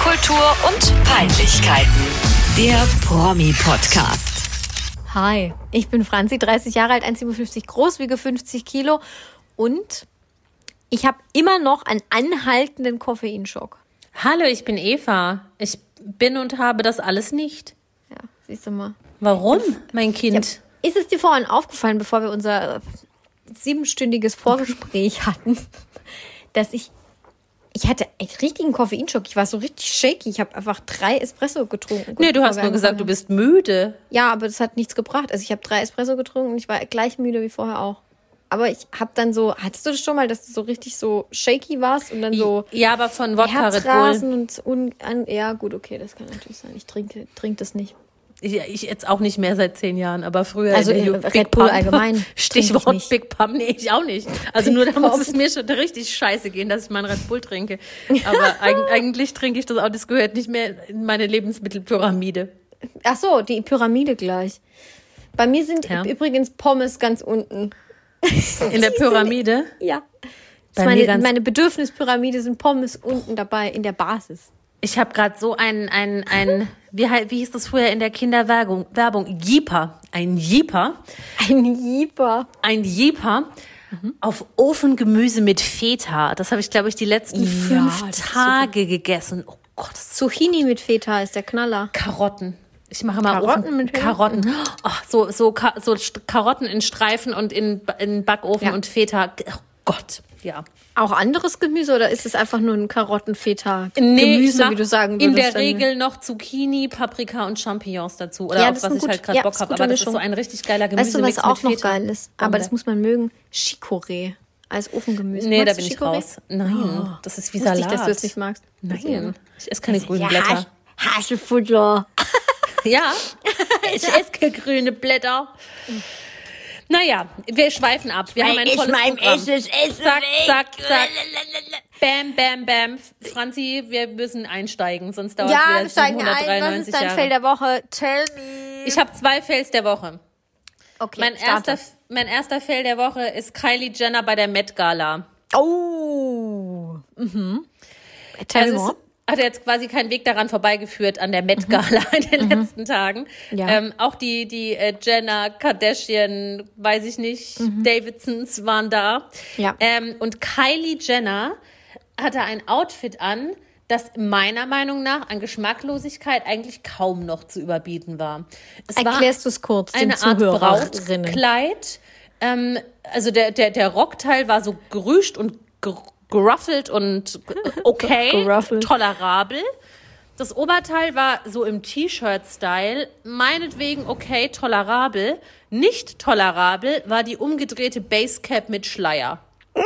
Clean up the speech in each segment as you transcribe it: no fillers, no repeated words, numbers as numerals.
Popkultur und Peinlichkeiten. Der Promi-Podcast. Hi, ich bin Franzi, 30 Jahre alt, 1,57 groß, wiege 50 Kilo und ich habe immer noch einen anhaltenden Koffeinschock. Hallo, ich bin Eva. Ich bin und habe das alles nicht. Ja, siehst du mal. Warum, mein Kind? Ist es dir vorhin aufgefallen, bevor wir unser 7-stündiges Vorgespräch hatten, dass ich hatte echt richtigen Koffeinschock. Ich war so richtig shaky. Ich habe einfach 3 Espresso getrunken. Nee, du hast nur gesagt, du bist müde. Ja, aber das hat nichts gebracht. Also ich habe 3 Espresso getrunken und ich war gleich müde wie vorher auch. Aber ich habe dann so, hattest du das schon mal, dass du so richtig so shaky warst und dann so... Ja, aber von Wodka Red Bull. Ja, gut, okay, das kann natürlich sein. Ich trinke das nicht. Ich jetzt auch nicht mehr seit 10 Jahren, aber früher... Also Red Bull allgemein. Stichwort Big Pump, nee, ich auch nicht. Also nur da muss es mir schon richtig scheiße gehen, dass ich mal einen Red Bull trinke. Aber eigentlich trinke ich das auch, das gehört nicht mehr in meine Lebensmittelpyramide. Ach so, die Pyramide gleich. Bei mir sind übrigens Pommes ganz unten. In der Pyramide? Ja. Meine Bedürfnispyramide sind Pommes unten dabei, in der Basis. Ich habe gerade so wie hieß das früher in der Kinderwerbung? Jeeper. Ein Jeeper. Auf Ofengemüse mit Feta. Das habe ich, glaube ich, die letzten 5 Tage gegessen. Oh Gott. Zucchini mit Feta ist der Knaller. Karotten. Ich mache mal Karotten. Oh, so Karotten in Streifen und in Backofen und Feta. Oh Gott, ja. Auch anderes Gemüse oder ist es einfach nur ein Karotten-Feta-Gemüse, wie du sagen würdest? In der Regel noch Zucchini, Paprika und Champignons dazu. Oder auf was ich halt gerade Bock habe. Aber das ist so ein richtig geiler Gemüse. Weißt du, was auch noch geil ist? Aber das muss man mögen. Chicorée als Ofengemüse. Nee, da bin ich raus. Nein, das ist wie Salat. Nicht, dass du es nicht magst. Nein, ich esse keine grünen Blätter. Haselfutter. Ja, ich esse grüne Blätter. Naja, wir schweifen ab. Wir haben ein volles Programm. Zack. Bam, bam, bam. Franzi, wir müssen einsteigen, sonst dauert es wieder 193 Jahre. Was ist dein Fail der Woche? Tell me. Ich habe 2 Fails der Woche. Okay, mein erster Fail der Woche ist Kylie Jenner bei der Met Gala. Oh. Tell me more. Hat jetzt quasi keinen Weg daran vorbeigeführt an der Met Gala in den letzten Tagen. Ja. Auch die Jenner, Kardashian, weiß ich nicht, Davidsons waren da. Ja. Und Kylie Jenner hatte ein Outfit an, das meiner Meinung nach an Geschmacklosigkeit eigentlich kaum noch zu überbieten war. Erklärst du es kurz den eine Art Zuhörerinnen? Brautkleid. Also der Rockteil war so gerüscht und geruffelt und okay, tolerabel. Das Oberteil war so im T-Shirt-Style, meinetwegen okay, tolerabel. Nicht tolerabel war die umgedrehte Basecap mit Schleier.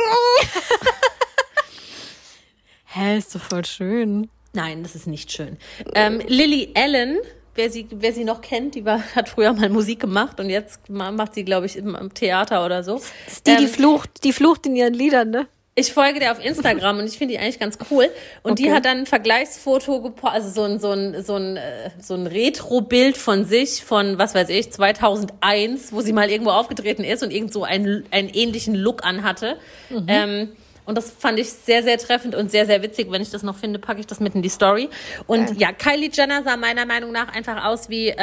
Hä, ist doch voll schön. Nein, das ist nicht schön. Lily Allen, wer sie noch kennt, hat früher mal Musik gemacht und jetzt macht sie, glaube ich, im Theater oder so. Ist die Flucht in ihren Liedern, ne? Ich folge der auf Instagram und ich finde die eigentlich ganz cool. Und die hat dann ein Vergleichsfoto gepostet, also so ein Retro-Bild von sich von, was weiß ich, 2001, wo sie mal irgendwo aufgetreten ist und irgend so einen ähnlichen Look anhatte. Und das fand ich sehr, sehr treffend und sehr, sehr witzig. Wenn ich das noch finde, packe ich das mit in die Story. Und Kylie Jenner sah meiner Meinung nach einfach aus wie,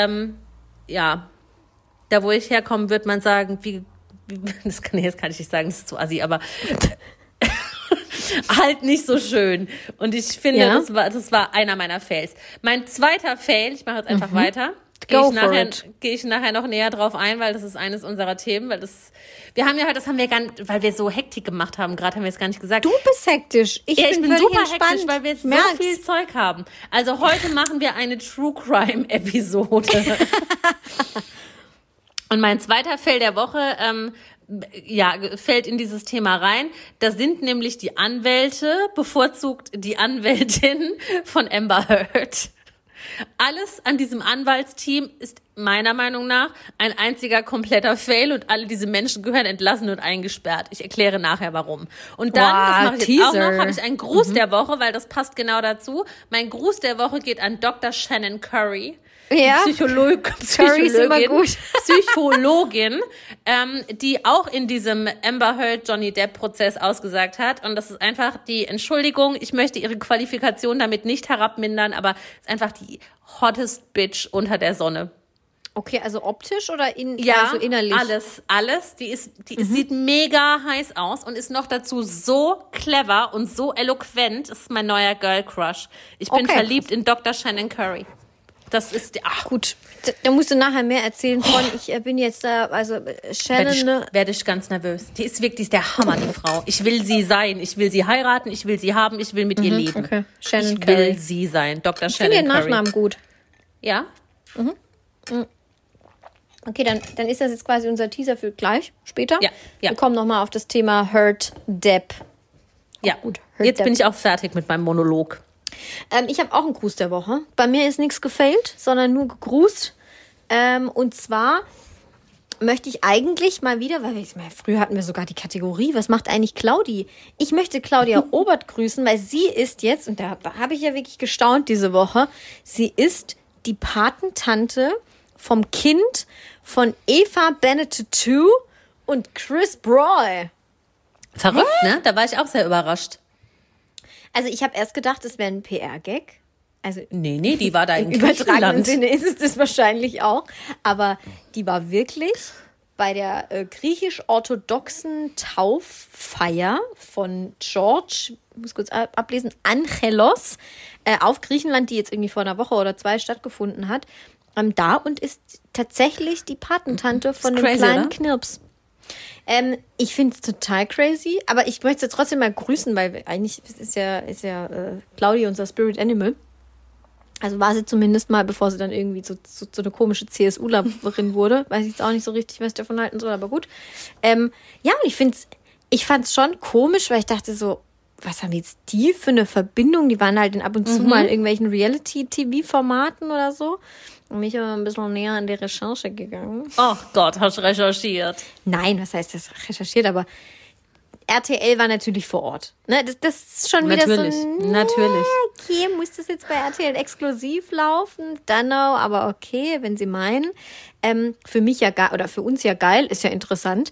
da wo ich herkomme, wird man sagen, das kann ich nicht sagen, das ist zu assi, aber halt nicht so schön. Und ich finde, das war einer meiner Fails. Mein zweiter Fail, ich mache jetzt einfach weiter, gehe ich nachher noch näher drauf ein, weil das ist eines unserer Themen, weil weil wir so Hektik gemacht haben, gerade haben wir es gar nicht gesagt. Du bist hektisch. Ich bin super hektisch, weil wir so viel Zeug haben. Also heute machen wir eine True Crime Episode. Und mein zweiter Fail der Woche, fällt in dieses Thema rein. Das sind nämlich die Anwälte, bevorzugt die Anwältin von Amber Heard. Alles an diesem Anwaltsteam ist meiner Meinung nach ein einziger kompletter Fail und alle diese Menschen gehören entlassen und eingesperrt. Ich erkläre nachher warum. Und dann, das mache ich jetzt auch noch, habe ich einen Gruß der Woche, weil das passt genau dazu. Mein Gruß der Woche geht an Dr. Shannon Curry. Ja. Curry ist immer gut. Psychologin, die auch in diesem Amber Heard Johnny Depp Prozess ausgesagt hat. Und das ist einfach die Entschuldigung. Ich möchte ihre Qualifikation damit nicht herabmindern, aber es ist einfach die hottest Bitch unter der Sonne. Okay, also optisch oder also innerlich? Alles. Die sieht mega heiß aus und ist noch dazu so clever und so eloquent. Das ist mein neuer Girl Crush. Ich bin verliebt in Dr. Shannon Curry. Das ist gut. Da musst du nachher mehr erzählen von. Ich bin jetzt da, also Shannon. Werde ich ganz nervös. Die ist wirklich der Hammer, die Frau. Ich will sie sein. Ich will sie heiraten. Ich will sie haben. Ich will mit ihr leben. Okay. Shannon ich Curry. will sie sein. Dr. Shannon Curry. Ich finde den Nachnamen gut. Ja? Okay, dann ist das jetzt quasi unser Teaser für gleich, später. Ja. Wir kommen nochmal auf das Thema Heard Depp. Ja, gut. Jetzt bin ich auch fertig mit meinem Monolog. Ich habe auch einen Gruß der Woche. Bei mir ist nichts gefailt, sondern nur gegrußt. Und zwar möchte ich eigentlich mal wieder, weil früher hatten wir sogar die Kategorie, was macht eigentlich Claudi? Ich möchte Claudia Obert grüßen, weil sie ist jetzt, und da habe ich ja wirklich gestaunt diese Woche, sie ist die Patentante vom Kind von Eva Benettou und Chris Broy. Verrückt, ne? Da war ich auch sehr überrascht. Also ich habe erst gedacht, es wäre ein PR-Gag. Also nee, die war da in im übertragenen Sinne ist es das wahrscheinlich auch. Aber die war wirklich bei der griechisch-orthodoxen Tauffeier von George, ich muss kurz ablesen, Angelos auf Griechenland, die jetzt irgendwie vor einer Woche oder 2 stattgefunden hat, da und ist tatsächlich die Patentante von dem kleinen oder? Knirps. Ich finde es total crazy, aber ich möchte sie trotzdem mal grüßen, weil eigentlich ist ja Claudi unser Spirit Animal. Also war sie zumindest mal, bevor sie dann irgendwie so eine komische CSU-Lerin wurde. Weiß ich jetzt auch nicht so richtig, was ich davon halten soll, aber gut. Ja, und ich fand's schon komisch, weil ich dachte so, was haben jetzt die für eine Verbindung? Die waren halt ab und zu mal in irgendwelchen Reality-TV-Formaten oder so. Und mich aber ein bisschen näher an die Recherche gegangen. Ach Gott, hast du recherchiert? Nein, was heißt das recherchiert? Aber RTL war natürlich vor Ort. Ne, das ist schon wieder natürlich, so natürlich. Okay, muss das jetzt bei RTL exklusiv laufen? Don't know, aber okay, wenn Sie meinen. Für mich ja geil, oder für uns ja geil, ist ja interessant.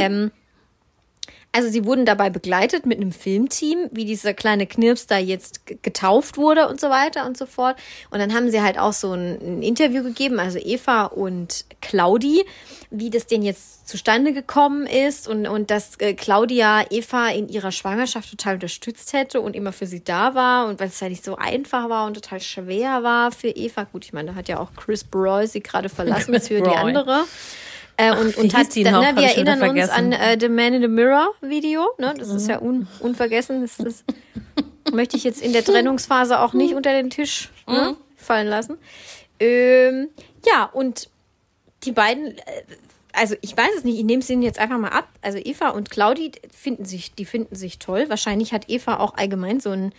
Also sie wurden dabei begleitet mit einem Filmteam, wie dieser kleine Knirps da jetzt getauft wurde und so weiter und so fort. Und dann haben sie halt auch so ein Interview gegeben, also Eva und Claudi, wie das denn jetzt zustande gekommen ist und dass Claudia Eva in ihrer Schwangerschaft total unterstützt hätte und immer für sie da war und weil es ja nicht so einfach war und total schwer war für Eva. Gut, ich meine, da hat ja auch Chris Broy sie gerade verlassen für die andere. Und hat wir erinnern uns an The Man in the Mirror Video, ne? Das ist ja unvergessen. Das möchte ich jetzt in der Trennungsphase auch nicht unter den Tisch fallen lassen. Ja, und die beiden, also ich weiß es nicht, ich nehme es ihnen jetzt einfach mal ab. Also Eva und Claudi finden sich toll. Wahrscheinlich hat Eva auch allgemein so ein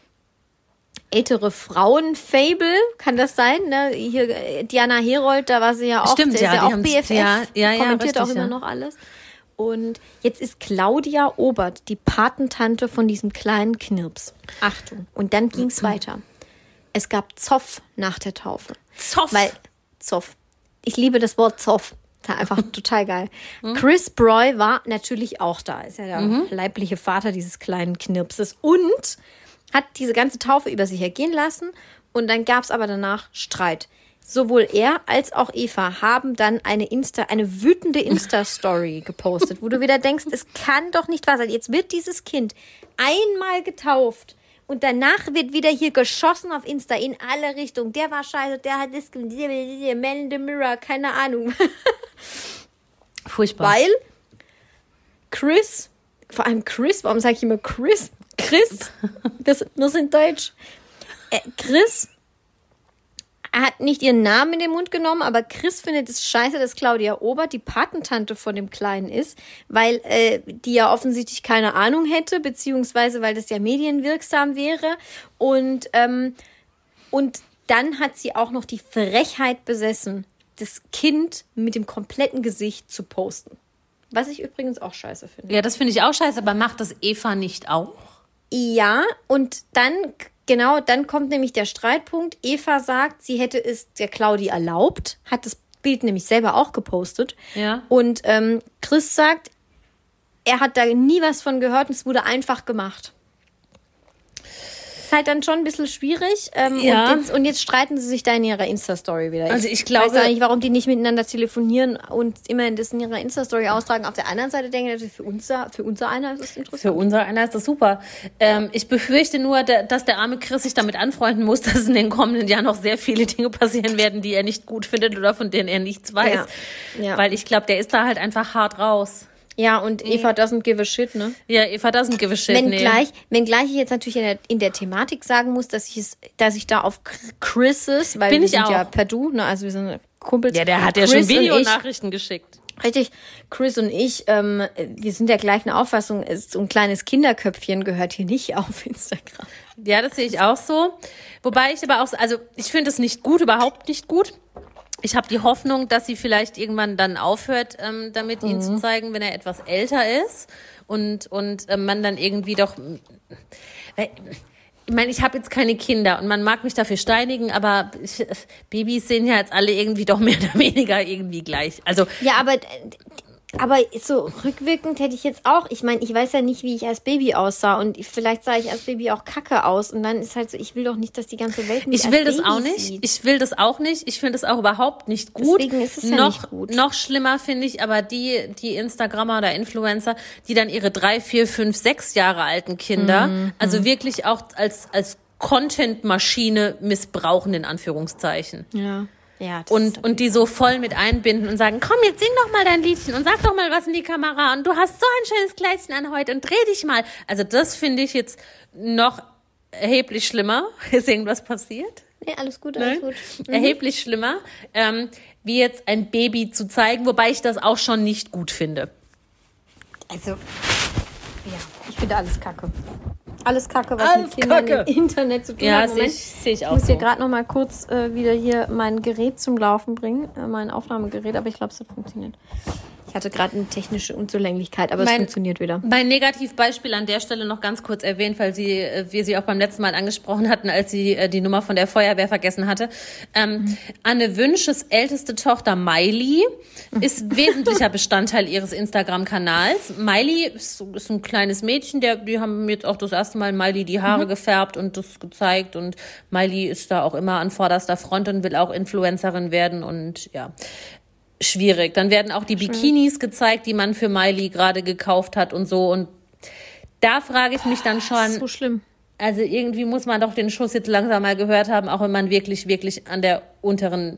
ältere Frauen-Fable, kann das sein? Ne? Hier Diana Herold, da war sie ja auch, stimmt, ist ja auch BFF, kommentiert richtig, auch immer noch alles. Und jetzt ist Claudia Obert die Patentante von diesem kleinen Knirps. Achtung. Und dann ging es weiter. Es gab Zoff nach der Taufe. Zoff. Ich liebe das Wort Zoff. Einfach total geil. Chris Broy war natürlich auch da. Ist ja der leibliche Vater dieses kleinen Knirpses. Und hat diese ganze Taufe über sich ergehen lassen und dann gab es aber danach Streit. Sowohl er als auch Eva haben dann eine wütende Insta-Story gepostet, wo du wieder denkst, es kann doch nicht wahr sein. Jetzt wird dieses Kind einmal getauft und danach wird wieder hier geschossen auf Insta in alle Richtungen. Der war scheiße, der hat das, Man in the Mirror, keine Ahnung. Furchtbar. Weil Chris, vor allem Chris, warum sage ich immer Chris, wir sind deutsch. Chris hat nicht ihren Namen in den Mund genommen, aber Chris findet es scheiße, dass Claudia Obert die Patentante von dem Kleinen ist, weil die ja offensichtlich keine Ahnung hätte, beziehungsweise weil das ja medienwirksam wäre. Und dann hat sie auch noch die Frechheit besessen, das Kind mit dem kompletten Gesicht zu posten. Was ich übrigens auch scheiße finde. Ja, das finde ich auch scheiße, aber macht das Eva nicht auch? Ja, und dann Genau, dann kommt nämlich der Streitpunkt. Eva sagt, sie hätte es der Claudi erlaubt, hat das Bild nämlich selber auch gepostet. Ja. Und Chris sagt, er hat da nie was von gehört und es wurde einfach gemacht. Ist halt dann schon ein bisschen schwierig. Und jetzt streiten sie sich da in ihrer Insta-Story wieder. Also ich glaube, weiß auch nicht, warum die nicht miteinander telefonieren und immer das in ihrer Insta-Story austragen. Auf der anderen Seite denke ich, für unser einer ist das interessant. Für unser einer ist das super. Ich befürchte nur, dass der arme Chris sich damit anfreunden muss, dass in den kommenden Jahren noch sehr viele Dinge passieren werden, die er nicht gut findet oder von denen er nichts weiß. Ja. Weil ich glaube, der ist da halt einfach hart raus. Ja, und Eva doesn't give a shit, ne? Ja, Eva doesn't give a shit, Wenngleich ich jetzt natürlich in der Thematik sagen muss, dass ich da auf Chris's, weil wir sind ja per Du, ne? Also wir sind Kumpels. Ja, der hat ja schon Videonachrichten geschickt. Richtig, Chris und ich, wir sind der gleichen Auffassung, so ein kleines Kinderköpfchen gehört hier nicht auf Instagram. Ja, das sehe ich auch so. Wobei ich aber auch, also ich finde es nicht gut, überhaupt nicht gut. Ich habe die Hoffnung, dass sie vielleicht irgendwann dann aufhört, damit ihn zu zeigen, wenn er etwas älter ist und man dann irgendwie doch, ich meine, ich habe jetzt keine Kinder und man mag mich dafür steinigen, aber Babys sehen ja jetzt alle irgendwie doch mehr oder weniger irgendwie gleich. Also ja, aber so rückwirkend hätte ich jetzt auch, ich meine, ich weiß ja nicht, wie ich als Baby aussah und vielleicht sah ich als Baby auch kacke aus und dann ist halt so, ich will doch nicht, dass die ganze Welt mich Ich will als das Baby auch nicht. sieht. Ich will das auch nicht. Ich finde es auch überhaupt nicht gut. Deswegen ist es ja nicht gut. Noch schlimmer finde ich aber die Instagrammer oder Influencer, die dann ihre 3, 4, 5, 6 Jahre alten Kinder, also wirklich auch als Content-Maschine missbrauchen, in Anführungszeichen. Ja. Ja, und die so voll mit einbinden und sagen, komm, jetzt sing doch mal dein Liedchen und sag doch mal was in die Kamera und du hast so ein schönes Kleidchen an heute und dreh dich mal. Also das finde ich jetzt noch erheblich schlimmer. Ist irgendwas passiert? Nee, alles gut. Erheblich schlimmer, wie jetzt ein Baby zu zeigen, wobei ich das auch schon nicht gut finde. Also, ja, ich finde alles kacke. Alles kacke, was mit Kindern im Internet zu tun hat. Ja, sehe ich auch Ich muss hier so. gerade noch mal kurz wieder hier mein Gerät zum Laufen bringen, mein Aufnahmegerät, aber ich glaube, es hat funktioniert. Ich hatte gerade eine technische Unzulänglichkeit, aber es funktioniert wieder. Mein Negativbeispiel an der Stelle noch ganz kurz erwähnt, weil wir sie auch beim letzten Mal angesprochen hatten, als sie die Nummer von der Feuerwehr vergessen hatte. Anne Wünsches älteste Tochter Miley ist wesentlicher Bestandteil ihres Instagram-Kanals. Miley ist ein kleines Mädchen, die haben jetzt auch das erste Mal Miley die Haare gefärbt und das gezeigt und Miley ist da auch immer an vorderster Front und will auch Influencerin werden und ja. Schwierig. Dann werden auch die Bikinis gezeigt, die man für Miley gerade gekauft hat und so. Und da frage ich mich dann schon. Das ist so schlimm. Also irgendwie muss man doch den Schuss jetzt langsam mal gehört haben, auch wenn man wirklich, wirklich an der unteren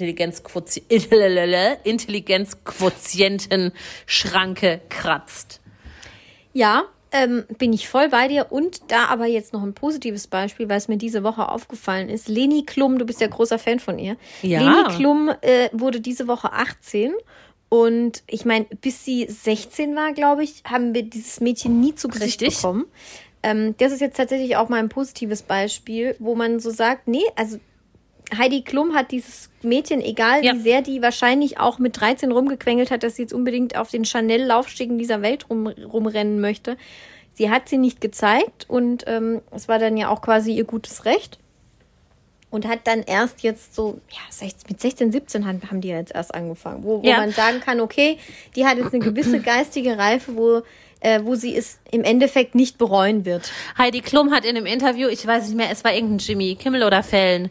Intelligenzquotienten-Schranke kratzt. Ja, bin ich voll bei dir. Und da aber jetzt noch ein positives Beispiel, weil es mir diese Woche aufgefallen ist. Leni Klum, du bist ja großer Fan von ihr. Ja. Leni Klum wurde diese Woche 18. Und ich meine, bis sie 16 war, glaube ich, haben wir dieses Mädchen nie zu Gesicht bekommen. Das ist jetzt tatsächlich auch mal ein positives Beispiel, wo man so sagt, nee, also Heidi Klum hat dieses Mädchen, egal wie sehr die wahrscheinlich auch mit 13 rumgequengelt hat, dass sie jetzt unbedingt auf den Chanel-Laufstiegen dieser Welt rumrennen möchte. Sie hat sie nicht gezeigt und es war dann ja auch quasi ihr gutes Recht. Und hat dann erst jetzt so, mit 16, 17 haben die jetzt erst angefangen, wo man sagen kann, okay, die hat jetzt eine gewisse geistige Reife, wo sie es im Endeffekt nicht bereuen wird. Heidi Klum hat in einem Interview, ich weiß nicht mehr, es war irgendein Jimmy Kimmel oder Fallon,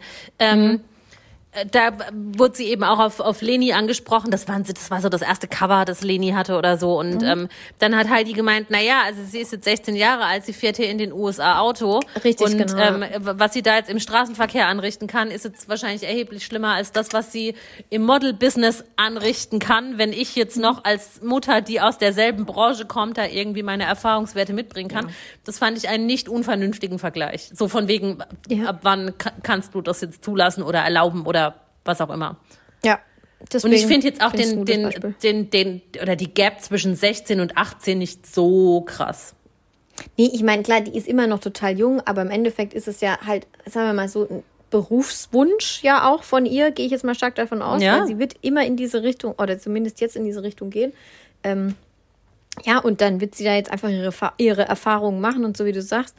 da wurde sie eben auch auf Leni angesprochen. Das war so das erste Cover, das Leni hatte oder so. Und dann hat Heidi gemeint, also sie ist jetzt 16 Jahre alt, sie fährt hier in den USA Auto. Richtig, und genau. Was sie da jetzt im Straßenverkehr anrichten kann, ist jetzt wahrscheinlich erheblich schlimmer als das, was sie im Model-Business anrichten kann, wenn ich jetzt noch als Mutter, die aus derselben Branche kommt, da irgendwie meine Erfahrungswerte mitbringen kann. Ja. Das fand ich einen nicht unvernünftigen Vergleich. So von wegen, ab wann kannst du das jetzt zulassen oder erlauben oder was auch immer. Ja. Und ich finde jetzt auch die Gap zwischen 16 und 18 nicht so krass. Nee, ich meine, klar, die ist immer noch total jung, aber im Endeffekt ist es ja halt, sagen wir mal so, ein Berufswunsch ja auch von ihr, gehe ich jetzt mal stark davon aus, weil sie wird immer in diese Richtung, oder zumindest jetzt in diese Richtung gehen. Und dann wird sie da jetzt einfach ihre Erfahrungen machen und so wie du sagst,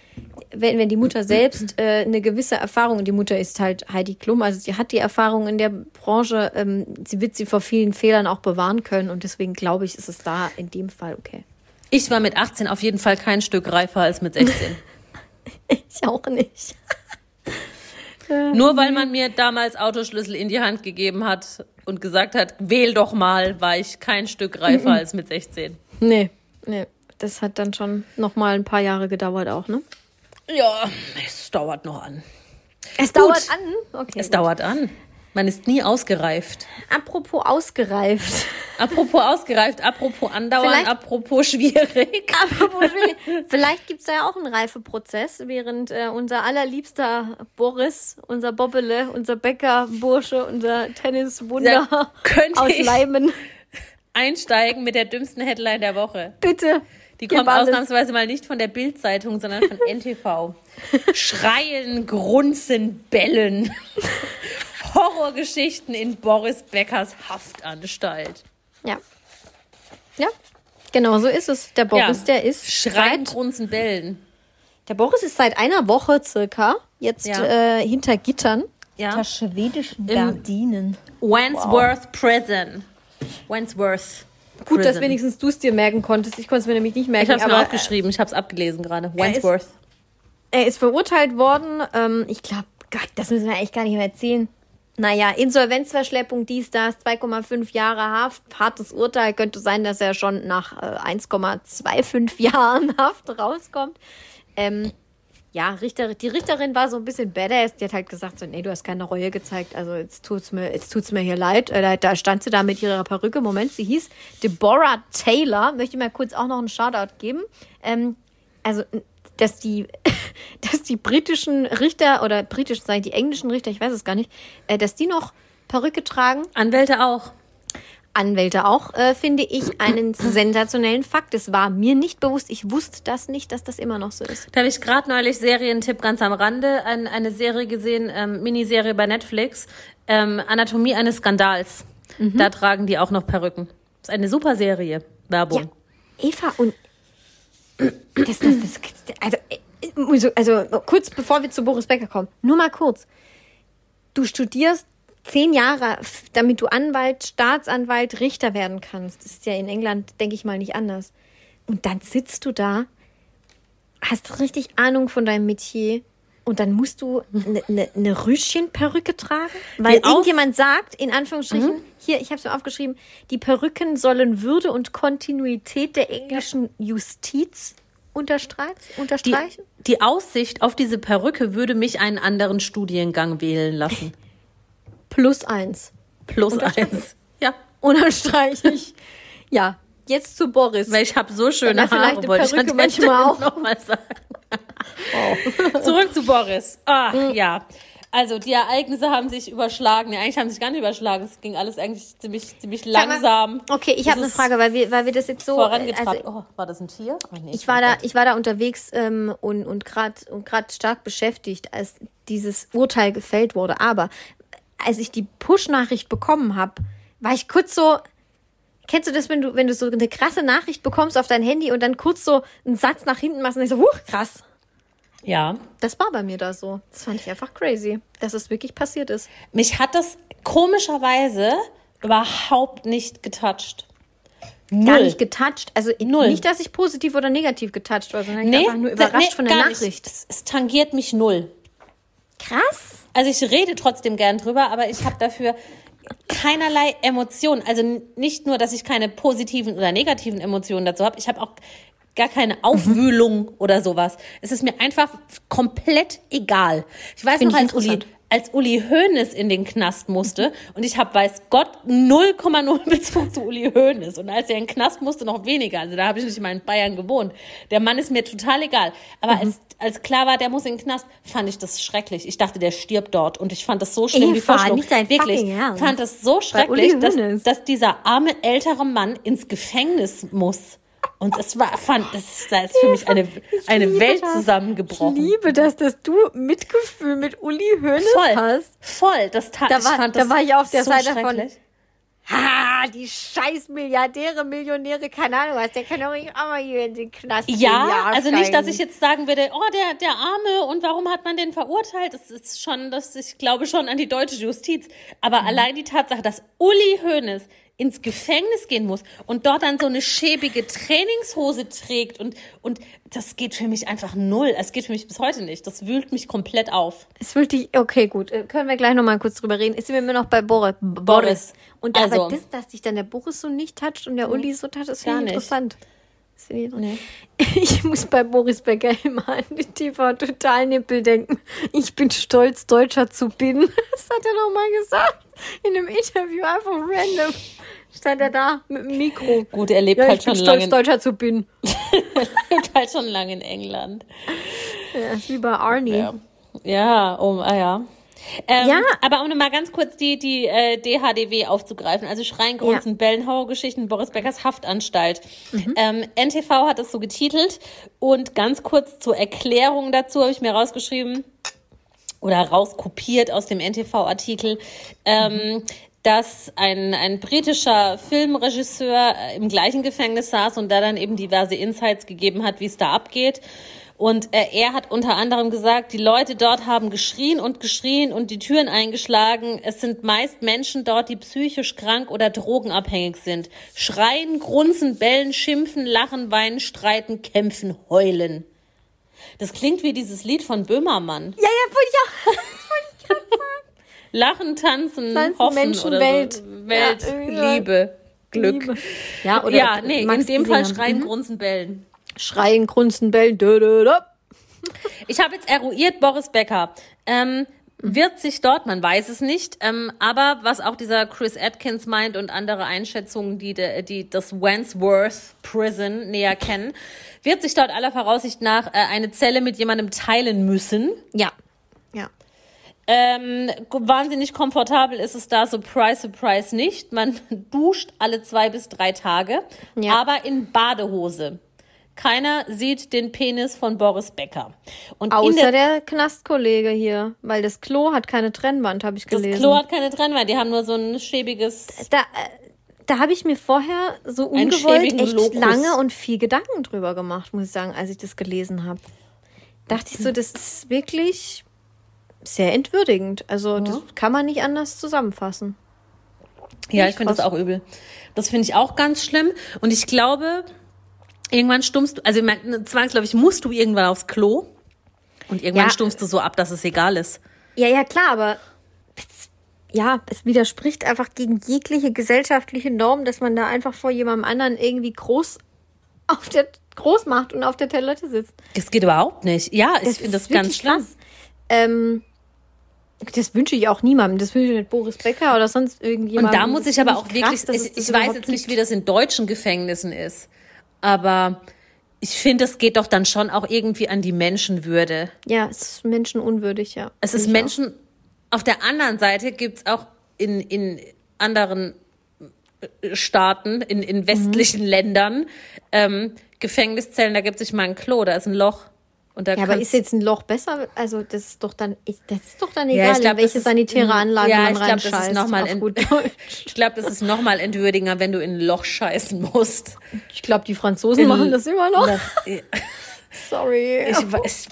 wenn die Mutter selbst eine gewisse Erfahrung, und die Mutter ist halt Heidi Klum, also sie hat die Erfahrung in der Branche, sie wird sie vor vielen Fehlern auch bewahren können und deswegen glaube ich, ist es da in dem Fall okay. Ich war mit 18 auf jeden Fall kein Stück reifer als mit 16. Ich auch nicht. Nur weil man mir damals Autoschlüssel in die Hand gegeben hat und gesagt hat, wähl doch mal, war ich kein Stück reifer als mit 16. Nee. Das hat dann schon noch mal ein paar Jahre gedauert auch, ne? Ja, es dauert noch an. Es dauert an? Okay. Es dauert an. Man ist nie ausgereift. Apropos ausgereift. Apropos ausgereift, apropos andauern, apropos schwierig. Vielleicht gibt es da ja auch einen Reifeprozess, während unser allerliebster Boris, unser Bobbele, unser Bäckerbursche, unser Tenniswunder aus Leimen einsteigen mit der dümmsten Headline der Woche. Bitte. Die kommt ausnahmsweise mal nicht von der Bild-Zeitung, sondern von NTV. Schreien, grunzen, bellen. Horrorgeschichten in Boris Beckers Haftanstalt. Ja, genau so ist es. Der Boris, der ist Schreien, grunzen, bellen. Der Boris ist seit einer Woche circa jetzt hinter Gittern. Ja. Hinter schwedischen Gardinen. Wandsworth Prison. Wandsworth. Gut, dass wenigstens du es dir merken konntest. Ich konnte es mir nämlich nicht merken. Ich habe es mir aufgeschrieben. Ich habe es abgelesen gerade. Wandsworth. Er ist verurteilt worden. Ich glaube, das müssen wir eigentlich gar nicht mehr erzählen. Naja, Insolvenzverschleppung, dies, das, 2,5 Jahre Haft. Hartes Urteil. Könnte sein, dass er schon nach 1,25 Jahren Haft rauskommt. Die Richterin war so ein bisschen badass. Die hat halt gesagt, so, nee, du hast keine Reue gezeigt. Also jetzt tut's mir hier leid. Da stand sie da mit ihrer Perücke. Moment, sie hieß Deborah Taylor. Möchte ich mal kurz auch noch einen Shoutout geben. Dass die britischen Richter oder die englischen Richter, ich weiß es gar nicht, dass die noch Perücke tragen. Anwälte auch, finde ich einen sensationellen Fakt. Es war mir nicht bewusst, ich wusste das nicht, dass das immer noch so ist. Da habe ich gerade neulich Serientipp ganz am Rande, eine Serie gesehen, Miniserie bei Netflix, Anatomie eines Skandals. Da tragen die auch noch Perücken. Das ist eine super Serie, Werbung. Ja, Eva, und also kurz bevor wir zu Boris Becker kommen, nur mal kurz. Du studierst 10 Jahre, damit du Anwalt, Staatsanwalt, Richter werden kannst. Das ist ja in England, denke ich mal, nicht anders. Und dann sitzt du da, hast richtig Ahnung von deinem Metier und dann musst du eine Rüschenperücke tragen, weil irgendjemand sagt, in Anführungsstrichen, hier, ich habe es mir aufgeschrieben, die Perücken sollen Würde und Kontinuität der englischen Justiz unterstreichen. Die Aussicht auf diese Perücke würde mich einen anderen Studiengang wählen lassen. +1. +1. Ja. Unterstreiche ich. Ja, jetzt zu Boris. Weil ich habe so schöne Haare, wollte ich Perücke manchmal auch noch mal sagen. Zurück zu Boris. Ja. Also die Ereignisse haben sich überschlagen. Nee, eigentlich haben sie sich gar nicht überschlagen. Es ging alles eigentlich ziemlich langsam. Okay, ich habe eine Frage, weil wir das jetzt so vorangetragen. War das ein Tier? Oh, nee, ich war da unterwegs und gerade stark beschäftigt, als dieses Urteil gefällt wurde. Aber als ich die Push-Nachricht bekommen habe, war ich kurz so. Kennst du das, wenn du so eine krasse Nachricht bekommst auf dein Handy und dann kurz so einen Satz nach hinten machst und denkst so, krass. Ja. Das war bei mir da so. Das fand ich einfach crazy, dass es wirklich passiert ist. Mich hat das komischerweise überhaupt nicht getoucht. Gar nicht getoucht? Also nicht, dass ich positiv oder negativ getoucht war, sondern einfach nur überrascht von der Nachricht. Es tangiert mich null. Krass. Also ich rede trotzdem gern drüber, aber ich habe dafür keinerlei Emotionen. Also nicht nur, dass ich keine positiven oder negativen Emotionen dazu habe, ich habe auch gar keine Aufwühlung oder sowas. Es ist mir einfach komplett egal. Ich weiß noch, als Uli Hoeneß in den Knast musste und ich habe, weiß Gott, 0,0 Bezug zu Uli Hoeneß. Und als er in den Knast musste, noch weniger. Also da habe ich nicht mal in Bayern gewohnt. Der Mann ist mir total egal. Aber als klar war, der muss in den Knast, fand ich das schrecklich. Ich dachte, der stirbt dort. Und ich fand das so schlimm, die Vorstellung. Wirklich, fand das so schrecklich, dass dieser arme, ältere Mann ins Gefängnis muss. Und da ist für mich eine Welt zusammengebrochen. Ich liebe das, dass du Mitgefühl mit Uli Hoeneß hast. Voll. Da war ich auf der Seite von Die scheiß Milliardäre, Millionäre, keine Ahnung was, der kann doch nicht auch mal hier in den Knast. Ja, also nicht, dass ich jetzt sagen würde, der Arme und warum hat man den verurteilt? Das ist schon, ich glaube schon an die deutsche Justiz. Aber allein die Tatsache, dass Uli Hoeneß ins Gefängnis gehen muss und dort dann so eine schäbige Trainingshose trägt und das geht für mich einfach null. Es geht für mich bis heute nicht. Das wühlt mich komplett auf. Es wühlt dich, okay, gut. Können wir gleich nochmal kurz drüber reden. Ist wir immer noch bei Boris. Und also, aber dass sich dann der Boris so nicht toucht und der Uli so toucht, das finde ich interessant. Das finde ich interessant. Nee. Ich muss bei Boris Becker immer an den TV-Total-Nippel denken. Ich bin stolz, Deutscher zu bin. Das hat er doch mal gesagt. In einem Interview, einfach random. Stand er da mit dem Mikro. Gut, er lebt halt schon lange. Ich bin stolz, Deutscher zu bin. Er lebt halt schon lange in England. Ja, ist wie bei Arnie. Ja. Aber um nochmal ganz kurz die DHDW aufzugreifen, also Schreien, Grunzen, Bellen, Horrorgeschichten, Boris Beckers Haftanstalt. NTV hat es so getitelt und ganz kurz zur Erklärung dazu habe ich mir rausgeschrieben oder rauskopiert aus dem NTV-Artikel, dass ein britischer Filmregisseur im gleichen Gefängnis saß und da dann eben diverse Insights gegeben hat, wie es da abgeht. Und er hat unter anderem gesagt, die Leute dort haben geschrien und die Türen eingeschlagen. Es sind meist Menschen dort, die psychisch krank oder drogenabhängig sind. Schreien, grunzen, bellen, schimpfen, lachen, weinen, streiten, kämpfen, heulen. Das klingt wie dieses Lied von Böhmermann. Ja, wollte ich gerade sagen. Lachen, tanzen, hoffen Menschen, oder Welt. So. Welt, Liebe, Glück. Liebe. Ja, oder in dem Fall schreien, grunzen, bellen. Schreien, grunzen, bellen. Ich habe jetzt eruiert, Boris Becker wird sich dort, man weiß es nicht, aber was auch dieser Chris Atkins meint und andere Einschätzungen, die das Wandsworth Prison näher kennen, wird sich dort aller Voraussicht nach eine Zelle mit jemandem teilen müssen. Ja. Wahnsinnig komfortabel ist es da, surprise, surprise nicht. Man duscht alle 2 bis 3 Tage, aber in Badehose. Keiner sieht den Penis von Boris Becker. Und außer der Knastkollege hier, weil das Klo hat keine Trennwand, habe ich gelesen. Das Klo hat keine Trennwand, die haben nur so ein schäbiges... Da habe ich mir vorher so ungewollt echt lange und viel Gedanken drüber gemacht, muss ich sagen, als ich das gelesen habe. Dachte ich so, das ist wirklich sehr entwürdigend. Also das kann man nicht anders zusammenfassen. Ja, ich finde das auch übel. Das finde ich auch ganz schlimm. Und ich glaube... Irgendwann stumpfst du, also zwangsläufig musst du irgendwann aufs Klo und irgendwann stumpfst du so ab, dass es egal ist. Ja, klar, aber es widerspricht einfach gegen jegliche gesellschaftliche Norm, dass man da einfach vor jemandem anderen irgendwie groß macht und auf der Toilette sitzt. Das geht überhaupt nicht. Ja, ich finde das ganz schlimm. Das wünsche ich auch niemandem. Das wünsche ich nicht Boris Becker oder sonst irgendjemandem. Und da muss ich aber auch wirklich, ich weiß jetzt nicht, wie das in deutschen Gefängnissen ist. Aber ich finde, es geht doch dann schon auch irgendwie an die Menschenwürde. Ja, es ist menschenunwürdig, ja. Es ist Menschen. Auf der anderen Seite gibt's auch in anderen Staaten, in westlichen Ländern, Gefängniszellen, da gibt es nicht mal ein Klo, da ist ein Loch. Und da aber ist jetzt ein Loch besser? Also das ist doch dann egal, in welche sanitäre Anlage man reinscheißt. Ich glaube, das ist noch mal entwürdigender, wenn du in ein Loch scheißen musst. Ich glaube, die Franzosen machen das immer noch. Sorry. Ich weiß.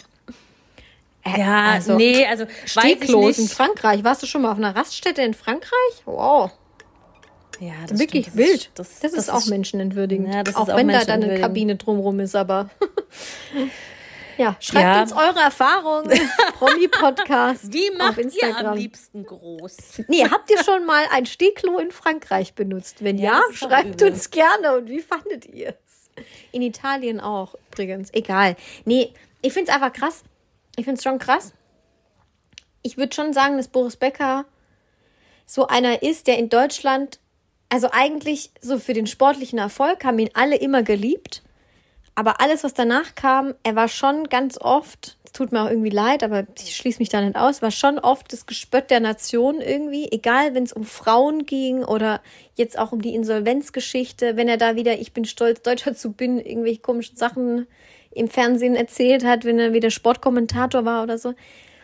Also Stehklos in Frankreich. Warst du schon mal auf einer Raststätte in Frankreich? Wow. Ja, das wirklich stimmt, wild. Das ist auch menschenentwürdigend. Ja, auch wenn da dann eine Kabine drumrum ist, aber... Ja, schreibt uns eure Erfahrungen, Promi-Podcast Wie macht auf Instagram. Ihr am liebsten groß? Nee, habt ihr schon mal ein Stehklo in Frankreich benutzt? Wenn ja schreibt uns gerne. Und wie fandet ihr es? In Italien auch, übrigens. Egal. Nee, ich finde es einfach krass. Ich finde es schon krass. Ich würde schon sagen, dass Boris Becker so einer ist, der in Deutschland, also eigentlich so für den sportlichen Erfolg, haben ihn alle immer geliebt. Aber alles, was danach kam, er war schon ganz oft, es tut mir auch irgendwie leid, aber ich schließe mich da nicht aus, war schon oft das Gespött der Nation irgendwie, egal wenn es um Frauen ging oder jetzt auch um die Insolvenzgeschichte, wenn er da wieder, ich bin stolz, Deutscher zu bin, irgendwelche komischen Sachen im Fernsehen erzählt hat, wenn er wieder Sportkommentator war oder so.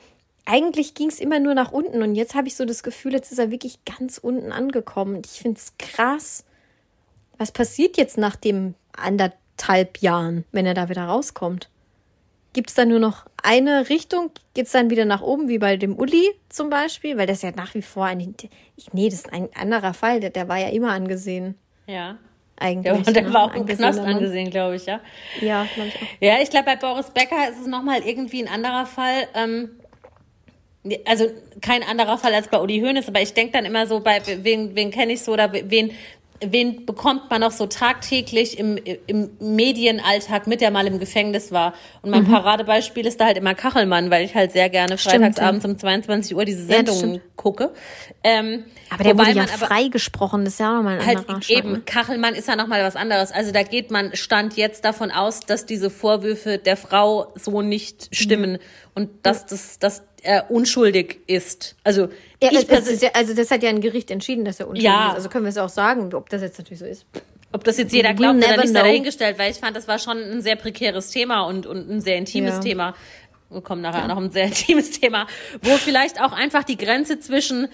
eigentlich ging es immer nur nach unten und jetzt habe ich so das Gefühl, jetzt ist er wirklich ganz unten angekommen. Und ich finde es krass. Was passiert jetzt nach dem 1,5 Jahren, wenn er da wieder rauskommt? Gibt es da nur noch eine Richtung? Geht es dann wieder nach oben, wie bei dem Uli zum Beispiel? Weil das ja nach wie vor das ist ein anderer Fall. Der war ja immer angesehen. Ja. Eigentlich. Der war auch im Knast angesehen, glaube ich, ja. Ja, glaube ich auch. Ja, ich glaube, bei Boris Becker ist es nochmal irgendwie ein anderer Fall. Also kein anderer Fall als bei Uli Hoeneß, aber ich denke dann immer so, bei wen kenne ich so oder wen bekommt man noch so tagtäglich im Medienalltag mit, der mal im Gefängnis war. Und mein Paradebeispiel ist da halt immer Kachelmann, weil ich halt sehr gerne freitagsabends um 22 Uhr diese Sendungen gucke. Aber der wurde ja freigesprochen, das ist ja auch nochmal ein anderer Schlag. Eben, Kachelmann ist ja nochmal was anderes. Also da geht man Stand jetzt davon aus, dass diese Vorwürfe der Frau so nicht stimmen und dass er unschuldig ist. Also das hat ja ein Gericht entschieden, dass er unschuldig ist. Also können wir es auch sagen, ob das jetzt natürlich so ist. Ob das jetzt jeder glaubt oder nicht, sei dahingestellt, weil ich fand, das war schon ein sehr prekäres Thema und ein sehr intimes Thema. Wir kommen nachher noch ein sehr intimes Thema, wo vielleicht auch einfach die Grenze zwischen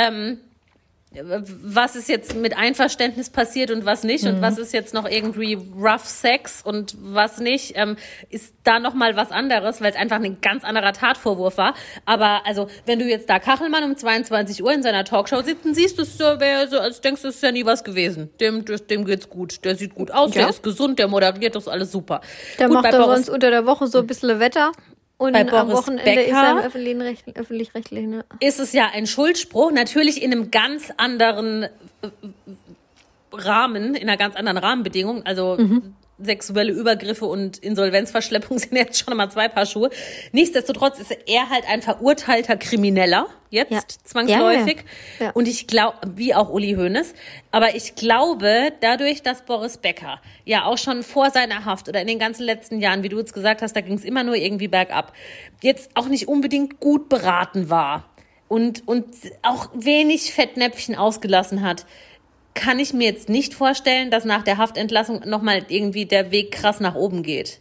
was ist jetzt mit Einverständnis passiert und was nicht und was ist jetzt noch irgendwie rough Sex und was nicht, ist da nochmal was anderes, weil es einfach ein ganz anderer Tatvorwurf war. Aber also, wenn du jetzt da Kachelmann um 22 Uhr in seiner Talkshow sitzt, dann siehst du es so, als denkst du, es ist ja nie was gewesen. Dem geht's gut, der sieht gut aus, der ist gesund, der moderiert, das ist alles super. Der macht da sonst unter der Woche so ein bisschen Wetter. Und am Wochenende Becker ist er im öffentlich-rechtlichen. Ne? Ist es ja ein Schuldspruch, natürlich in einem ganz anderen Rahmen, in einer ganz anderen Rahmenbedingung. Also sexuelle Übergriffe und Insolvenzverschleppung sind jetzt schon mal 2 Paar Schuhe. Nichtsdestotrotz ist er halt ein verurteilter Krimineller, jetzt zwangsläufig. Ja. Und ich glaube, wie auch Uli Hoeneß, aber ich glaube, dadurch, dass Boris Becker ja auch schon vor seiner Haft oder in den ganzen letzten Jahren, wie du jetzt gesagt hast, da ging es immer nur irgendwie bergab, jetzt auch nicht unbedingt gut beraten war und auch wenig Fettnäpfchen ausgelassen hat, kann ich mir jetzt nicht vorstellen, dass nach der Haftentlassung nochmal irgendwie der Weg krass nach oben geht.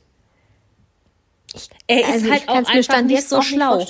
Er ist halt auch einfach nicht so schlau.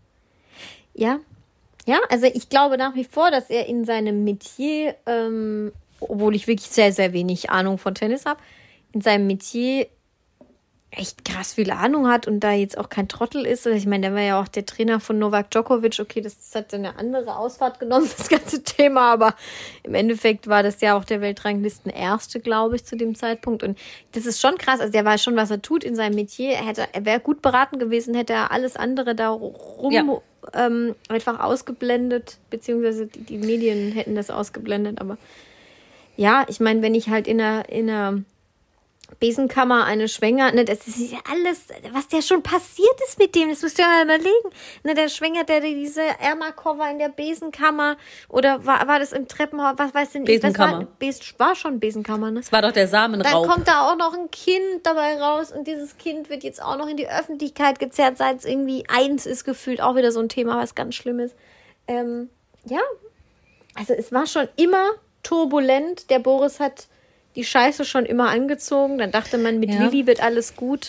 Ja, also ich glaube nach wie vor, dass er in seinem Metier, obwohl ich wirklich sehr, sehr wenig Ahnung von Tennis habe, in seinem Metier echt krass viel Ahnung hat und da jetzt auch kein Trottel ist. Ich meine, der war ja auch der Trainer von Novak Djokovic. Okay, das hat eine andere Ausfahrt genommen, das ganze Thema, aber im Endeffekt war das ja auch der Weltranglisten-Erste, glaube ich, zu dem Zeitpunkt. Und das ist schon krass. Also der weiß schon, was er tut in seinem Metier. Er wäre gut beraten gewesen, hätte er alles andere da rum einfach ausgeblendet, beziehungsweise die Medien hätten das ausgeblendet. Aber ja, ich meine, wenn ich halt in einer Besenkammer eine Schwänger, ne, das ist ja alles, was da schon passiert ist mit dem, das musst du ja mal überlegen. Ne, der schwängert der diese Ermakova in der Besenkammer oder war das im Treppenhaus, was weiß ich nicht. Besenkammer. War schon Besenkammer, ne? Das war doch der Samenraub. Dann kommt da auch noch ein Kind dabei raus und dieses Kind wird jetzt auch noch in die Öffentlichkeit gezerrt, seit es irgendwie 1 ist, gefühlt auch wieder so ein Thema, was ganz schlimm ist. Ja, also es war schon immer turbulent. Der Boris hat die Scheiße schon immer angezogen. Dann dachte man, mit Lilly wird alles gut.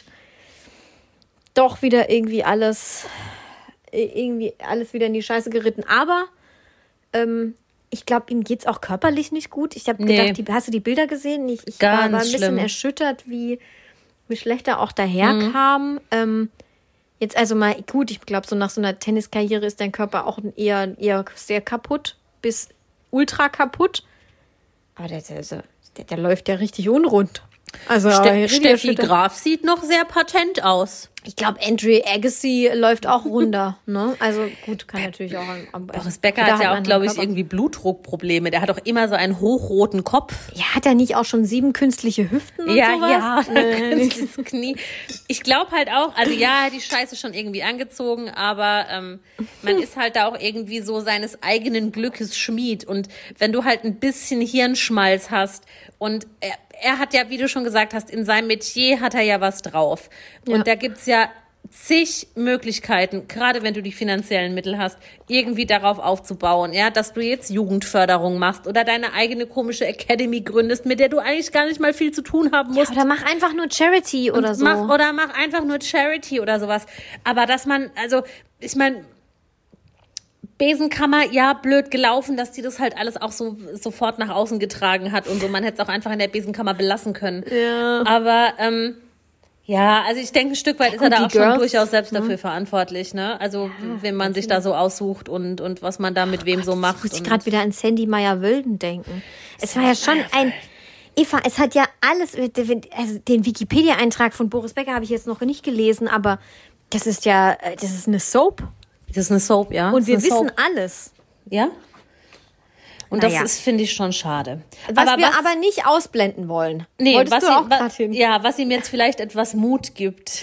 Doch wieder irgendwie alles wieder in die Scheiße geritten. Aber ich glaube, ihm geht's auch körperlich nicht gut. Ich habe gedacht, hast du die Bilder gesehen? Ich war ein bisschen erschüttert, wie schlecht er auch daherkam. Jetzt also mal, gut, ich glaube, so nach so einer Tenniskarriere ist dein Körper auch eher sehr kaputt bis ultra kaputt. Aber der läuft ja richtig unrund. Also Steffi Graf sieht noch sehr patent aus. Ich glaube, Andre Agassi läuft auch runter. Ne? Also gut, kann natürlich auch am Boris Becker hat ja auch, glaube ich, irgendwie Blutdruckprobleme. Der hat auch immer so einen hochroten Kopf. Ja, hat er nicht auch schon 7 künstliche Hüften und sowas? Ja, künstliches Knie. Ich glaube halt auch, also ja, die Scheiße schon irgendwie angezogen, aber man ist halt da auch irgendwie so seines eigenen Glückes Schmied. Und wenn du halt ein bisschen Hirnschmalz hast und er hat ja, wie du schon gesagt hast, in seinem Metier hat er ja was drauf. Und da gibt's ja zig Möglichkeiten, gerade wenn du die finanziellen Mittel hast, irgendwie darauf aufzubauen, ja, dass du jetzt Jugendförderung machst oder deine eigene komische Academy gründest, mit der du eigentlich gar nicht mal viel zu tun haben musst. Ja, oder mach einfach nur Charity oder so. Mach einfach nur Charity oder sowas. Aber dass man, also, ich meine, Besenkammer, ja, blöd gelaufen, dass die das halt alles auch so sofort nach außen getragen hat und so. Man hätte es auch einfach in der Besenkammer belassen können. Ja. Aber, ja, also ich denke, ein Stück weit ist er da auch Girls, schon durchaus selbst dafür verantwortlich, ne? Also, wenn man sich da so aussucht und was man da mit wem so macht. Ich muss gerade wieder an Sandy Meyer-Wölden denken. Es war ja schon ein... Eva, es hat ja alles... Also den Wikipedia-Eintrag von Boris Becker habe ich jetzt noch nicht gelesen, aber das ist eine Soap. Das ist eine Soap, ja. Und wir wissen alles. Ja? Und Naja. das ist, finde ich, schon schade. Was wir aber nicht ausblenden wollen. Nee, Wolltest du auch gerade hin? Ja, was ihm jetzt vielleicht etwas Mut gibt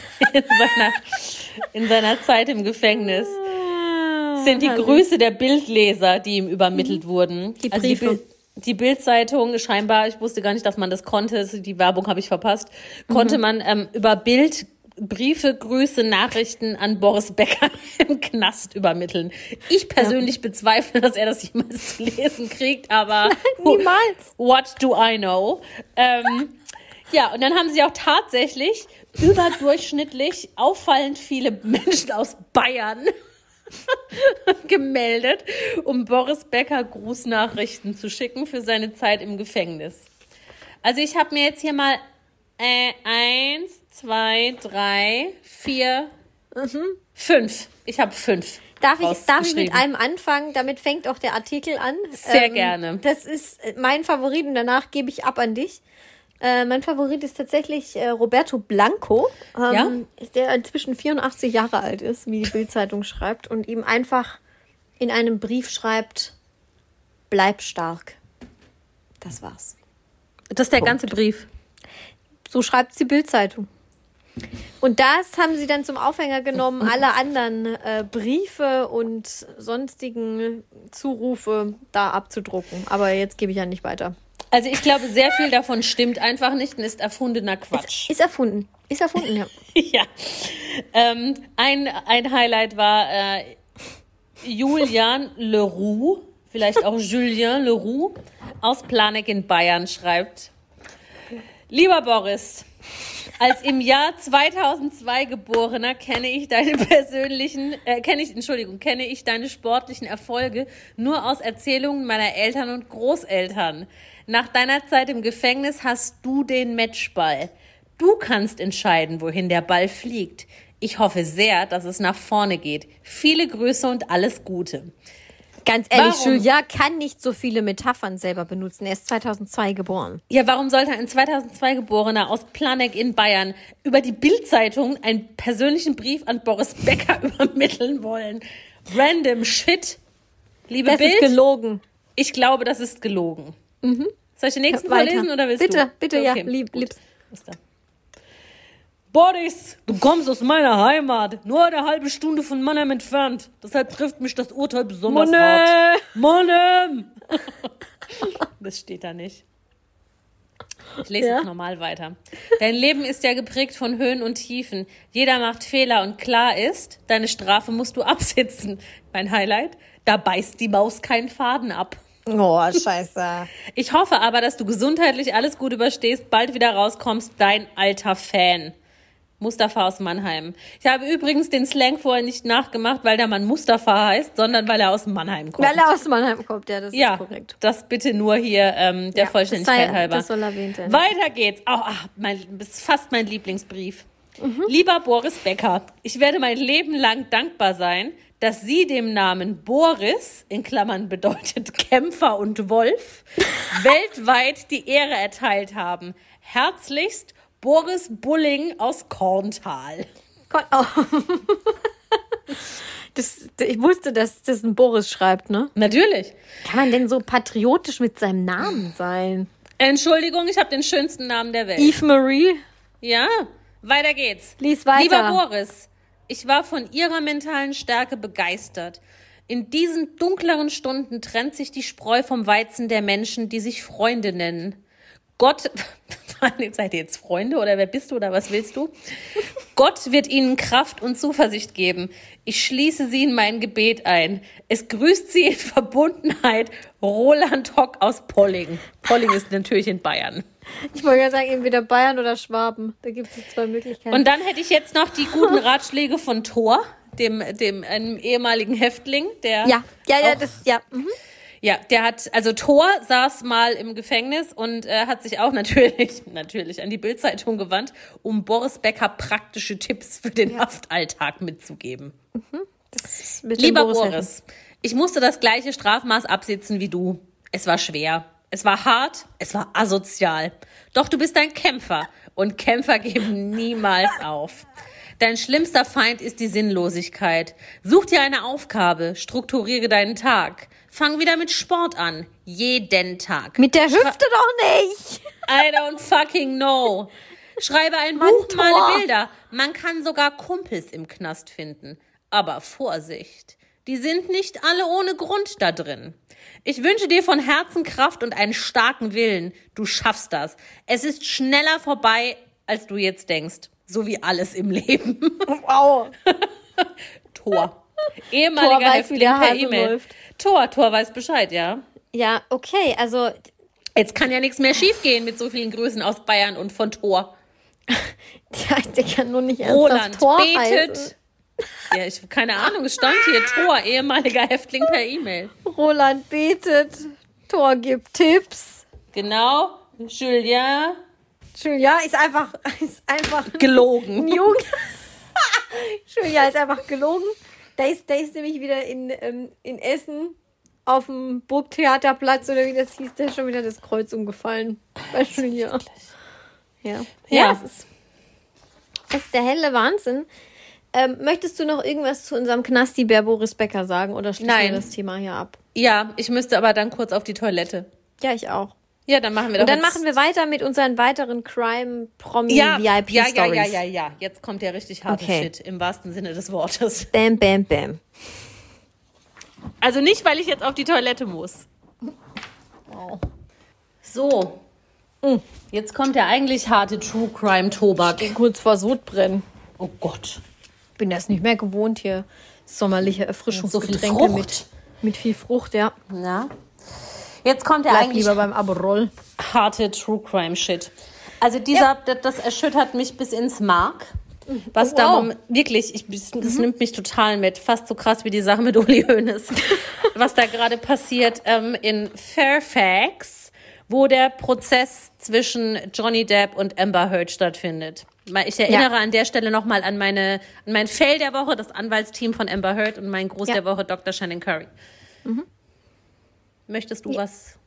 in seiner Zeit im Gefängnis, sind die Grüße der Bildleser, die ihm übermittelt wurden. Die Briefe. Die Bild-Zeitung, scheinbar, ich wusste gar nicht, dass man das konnte, die Werbung habe ich verpasst, konnte man über Bild Briefe, Grüße, Nachrichten an Boris Becker im Knast übermitteln. Ich persönlich bezweifle, dass er das jemals zu lesen kriegt, aber niemals. What do I know? Ja, und dann haben sie auch tatsächlich überdurchschnittlich auffallend viele Menschen aus Bayern gemeldet, um Boris Becker Grußnachrichten zu schicken für seine Zeit im Gefängnis. Also ich habe mir jetzt hier mal 1, 2, 3, 4, 5. Ich habe 5. Darf ich mit einem anfangen? Damit fängt auch der Artikel an. Sehr gerne. Das ist mein Favorit und danach gebe ich ab an dich. Mein Favorit ist tatsächlich Roberto Blanco, der inzwischen 84 Jahre alt ist, wie die Bild-Zeitung schreibt, und ihm einfach in einem Brief schreibt, bleib stark. Das war's. Das ist der ganze Brief. So schreibt die Bild-Zeitung. Und das haben sie dann zum Aufhänger genommen, alle anderen Briefe und sonstigen Zurufe da abzudrucken. Aber jetzt gebe ich ja nicht weiter. Also ich glaube, sehr viel davon stimmt einfach nicht und ist erfundener Quatsch. Ist erfunden. Ist erfunden, ja. Ja. Ein Highlight war Julian Leroux, vielleicht auch Julien Leroux, aus Planegg in Bayern schreibt: Lieber Boris, als im Jahr 2002 Geborener kenne ich deine sportlichen Erfolge nur aus Erzählungen meiner Eltern und Großeltern. Nach deiner Zeit im Gefängnis hast du den Matchball. Du kannst entscheiden, wohin der Ball fliegt. Ich hoffe sehr, dass es nach vorne geht. Viele Grüße und alles Gute. Ganz ehrlich, Julia kann nicht so viele Metaphern selber benutzen. Er ist 2002 geboren. Ja, warum sollte ein 2002 Geborener aus Planegg in Bayern über die Bild-Zeitung einen persönlichen Brief an Boris Becker übermitteln wollen? Random Shit. Liebe Das Bild. ist gelogen. Ich glaube, das ist gelogen. Mhm. Soll ich den nächsten Weiter. vorlesen oder willst du? Bitte, okay, ja, liebst. Boris, du kommst aus meiner Heimat, nur eine halbe Stunde von Mannheim entfernt. Deshalb trifft mich das Urteil besonders hart. Mannheim! Das steht da nicht. Ich lese jetzt normal weiter. Dein Leben ist ja geprägt von Höhen und Tiefen. Jeder macht Fehler und klar ist, deine Strafe musst du absitzen. Mein Highlight, da beißt die Maus keinen Faden ab. Oh, scheiße. Ich hoffe aber, dass du gesundheitlich alles gut überstehst, bald wieder rauskommst, dein alter Fan. Mustafa aus Mannheim. Ich habe übrigens den Slang vorher nicht nachgemacht, weil der Mann Mustafa heißt, sondern weil er aus Mannheim kommt. Weil er aus Mannheim kommt, ja, das ist korrekt. Das bitte nur hier der Vollständigkeit halber. Das soll erwähnt werden. Weiter geht's. Das ist fast mein Lieblingsbrief. Lieber Boris Becker, ich werde mein Leben lang dankbar sein, dass Sie dem Namen Boris, in Klammern bedeutet Kämpfer und Wolf, weltweit die Ehre erteilt haben. Herzlichst, Boris Bulling aus Korntal. Ich wusste, dass das ein Boris schreibt, ne? Natürlich. Kann man denn so patriotisch mit seinem Namen sein? Entschuldigung, ich habe den schönsten Namen der Welt. Eve Marie? Ja, weiter geht's. Lies weiter. Lieber Boris, ich war von Ihrer mentalen Stärke begeistert. In diesen dunkleren Stunden trennt sich die Spreu vom Weizen der Menschen, die sich Freunde nennen. Gott, Seid ihr jetzt Freunde oder wer bist du oder was willst du? Gott wird ihnen Kraft und Zuversicht geben. Ich schließe sie in mein Gebet ein. Es grüßt sie in Verbundenheit Roland Hock aus Polling. Polling ist natürlich in Bayern. Ich wollte ja sagen, entweder Bayern oder Schwaben. Da gibt es 2 Möglichkeiten. Und dann hätte ich jetzt noch die guten Ratschläge von Thor, einem ehemaligen Häftling, der Ja, Thor saß mal im Gefängnis und hat sich auch natürlich an die Bild-Zeitung gewandt, um Boris Becker praktische Tipps für den Haftalltag mitzugeben. Lieber Boris, ich musste das gleiche Strafmaß absitzen wie du. Es war schwer, es war hart, es war asozial. Doch du bist ein Kämpfer und Kämpfer geben niemals auf. Dein schlimmster Feind ist die Sinnlosigkeit. Such dir eine Aufgabe, strukturiere deinen Tag. Fang wieder mit Sport an. Jeden Tag. Mit der Hüfte doch nicht. I don't fucking know. Schreibe ein Buch, male Bilder. Man kann sogar Kumpels im Knast finden. Aber Vorsicht, die sind nicht alle ohne Grund da drin. Ich wünsche dir von Herzen Kraft und einen starken Willen. Du schaffst das. Es ist schneller vorbei, als du jetzt denkst. So wie alles im Leben. Wow. Thor. Ehemaliger Häftling per E-Mail. Thor weiß Bescheid, ja. Ja, okay, also... Jetzt kann ja nichts mehr schiefgehen mit so vielen Grüßen aus Bayern und von Thor. Ja, der kann nur nicht Roland Thor betet. heißen. Ja, keine Ahnung, es stand hier Thor, ehemaliger Häftling per E-Mail. Roland betet, Thor gibt Tipps. Genau, Julien ist einfach gelogen. Julia ist einfach gelogen. Der ist nämlich wieder in Essen auf dem Burgtheaterplatz oder wie das hieß, der ist schon wieder das Kreuz umgefallen. Bei Julia. Ja. Das ist der helle Wahnsinn. Möchtest du noch irgendwas zu unserem Knasti-Bär Boris Becker sagen oder schließen wir das Thema hier ab? Ja, ich müsste aber dann kurz auf die Toilette. Ja, ich auch. Ja, dann machen wir doch. Und dann machen wir weiter mit unseren weiteren Crime-Promi-VIP-Stories. Ja. Jetzt kommt der richtig harte Shit, im wahrsten Sinne des Wortes. Bam, bam, bam. Also nicht, weil ich jetzt auf die Toilette muss. Oh. So. Jetzt kommt der eigentlich harte True Crime Tobak. Ich bin kurz vor Sodbrennen. Oh Gott. Ich bin das nicht mehr gewohnt hier. Sommerliche Erfrischungsgetränke so viel mit viel Frucht, ja. Ja. Jetzt kommt der Bleib eigentlich lieber beim Aperol. harte True Crime Shit. Also das erschüttert mich bis ins Mark. Was wirklich, das nimmt mich total mit. Fast so krass wie die Sache mit Uli Hoeneß. Was da gerade passiert in Fairfax, wo der Prozess zwischen Johnny Depp und Amber Heard stattfindet. Ich erinnere an der Stelle nochmal an mein Fail der Woche, das Anwaltsteam von Amber Heard und mein Gruß der Woche, Dr. Shannon Curry. Möchtest du was?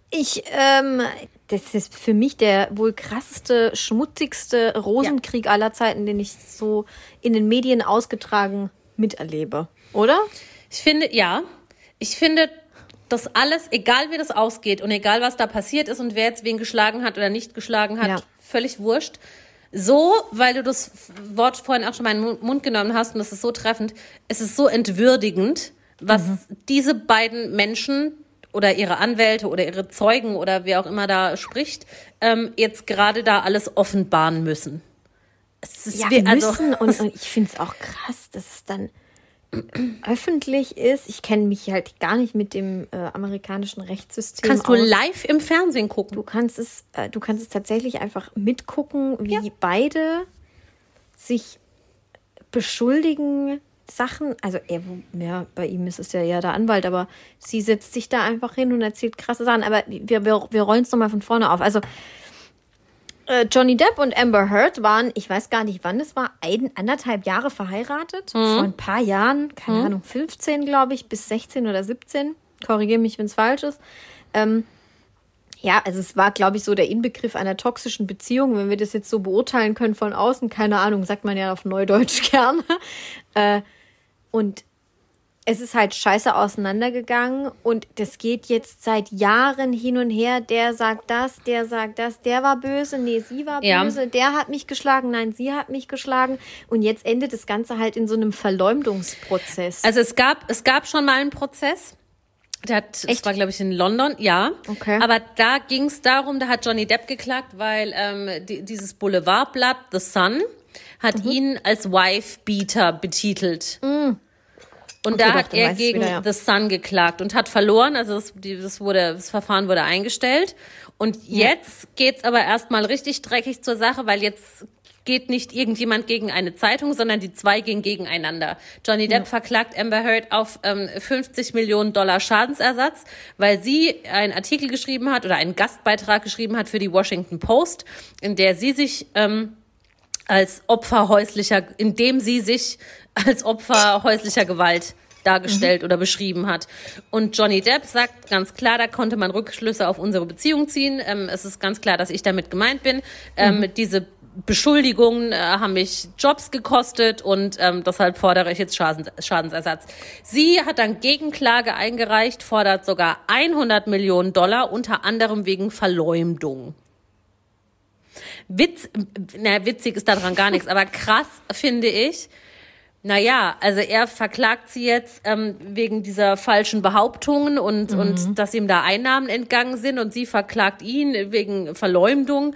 Das ist für mich der wohl krasseste, schmutzigste Rosenkrieg aller Zeiten, den ich so in den Medien ausgetragen miterlebe, oder? Ich finde, das alles, egal wie das ausgeht und egal was da passiert ist und wer jetzt wen geschlagen hat oder nicht geschlagen hat, völlig wurscht. So, weil du das Wort vorhin auch schon mal in den Mund genommen hast und das ist so treffend, es ist so entwürdigend, was diese beiden Menschen oder ihre Anwälte oder ihre Zeugen oder wer auch immer da spricht, jetzt gerade da alles offenbaren müssen. Es ist und ich finde es auch krass, dass es dann öffentlich ist. Ich kenne mich halt gar nicht mit dem amerikanischen Rechtssystem Kannst du live im Fernsehen gucken? Du kannst es tatsächlich einfach mitgucken, wie beide sich beschuldigen, Sachen, also bei ihm ist es ja eher der Anwalt, aber sie setzt sich da einfach hin und erzählt krasse Sachen. Aber wir rollen es nochmal von vorne auf. Also Johnny Depp und Amber Heard waren, ich weiß gar nicht, wann es war, 1,5 Jahre verheiratet. Vor ein paar Jahren, keine Ahnung, 15, glaube ich, bis 16 oder 17. Korrigiere mich, wenn es falsch ist. Also es war, glaube ich, so der Inbegriff einer toxischen Beziehung. Wenn wir das jetzt so beurteilen können von außen, keine Ahnung, sagt man ja auf Neudeutsch gerne. Und es ist halt scheiße auseinandergegangen und das geht jetzt seit Jahren hin und her. Der sagt das, der war böse, nee, sie war böse, der hat mich geschlagen, nein, sie hat mich geschlagen. Und jetzt endet das Ganze halt in so einem Verleumdungsprozess. Also es gab schon mal einen Prozess. Das war, glaube ich, in London, ja. Okay. Aber da ging es darum, da hat Johnny Depp geklagt, weil dieses Boulevardblatt The Sun hat ihn als Wife-Beater betitelt. Und da hat er gegen The Sun geklagt und hat verloren. Also das Verfahren wurde eingestellt. Und jetzt geht's aber erstmal richtig dreckig zur Sache, weil jetzt geht nicht irgendjemand gegen eine Zeitung, sondern die zwei gehen gegeneinander. Johnny Depp verklagt Amber Heard auf $50 Millionen Schadensersatz, weil sie einen Artikel geschrieben hat oder einen Gastbeitrag geschrieben hat für die Washington Post, indem sie sich als Opfer häuslicher Gewalt dargestellt oder beschrieben hat. Und Johnny Depp sagt ganz klar, da konnte man Rückschlüsse auf unsere Beziehung ziehen. Es ist ganz klar, dass ich damit gemeint bin. Diese Beschuldigungen haben mich Jobs gekostet und deshalb fordere ich jetzt Schadensersatz. Sie hat dann Gegenklage eingereicht, fordert sogar $100 Millionen, unter anderem wegen Verleumdung. Witzig ist daran gar nichts, aber krass finde ich. Naja, also er verklagt sie jetzt wegen dieser falschen Behauptungen und dass ihm da Einnahmen entgangen sind und sie verklagt ihn wegen Verleumdung,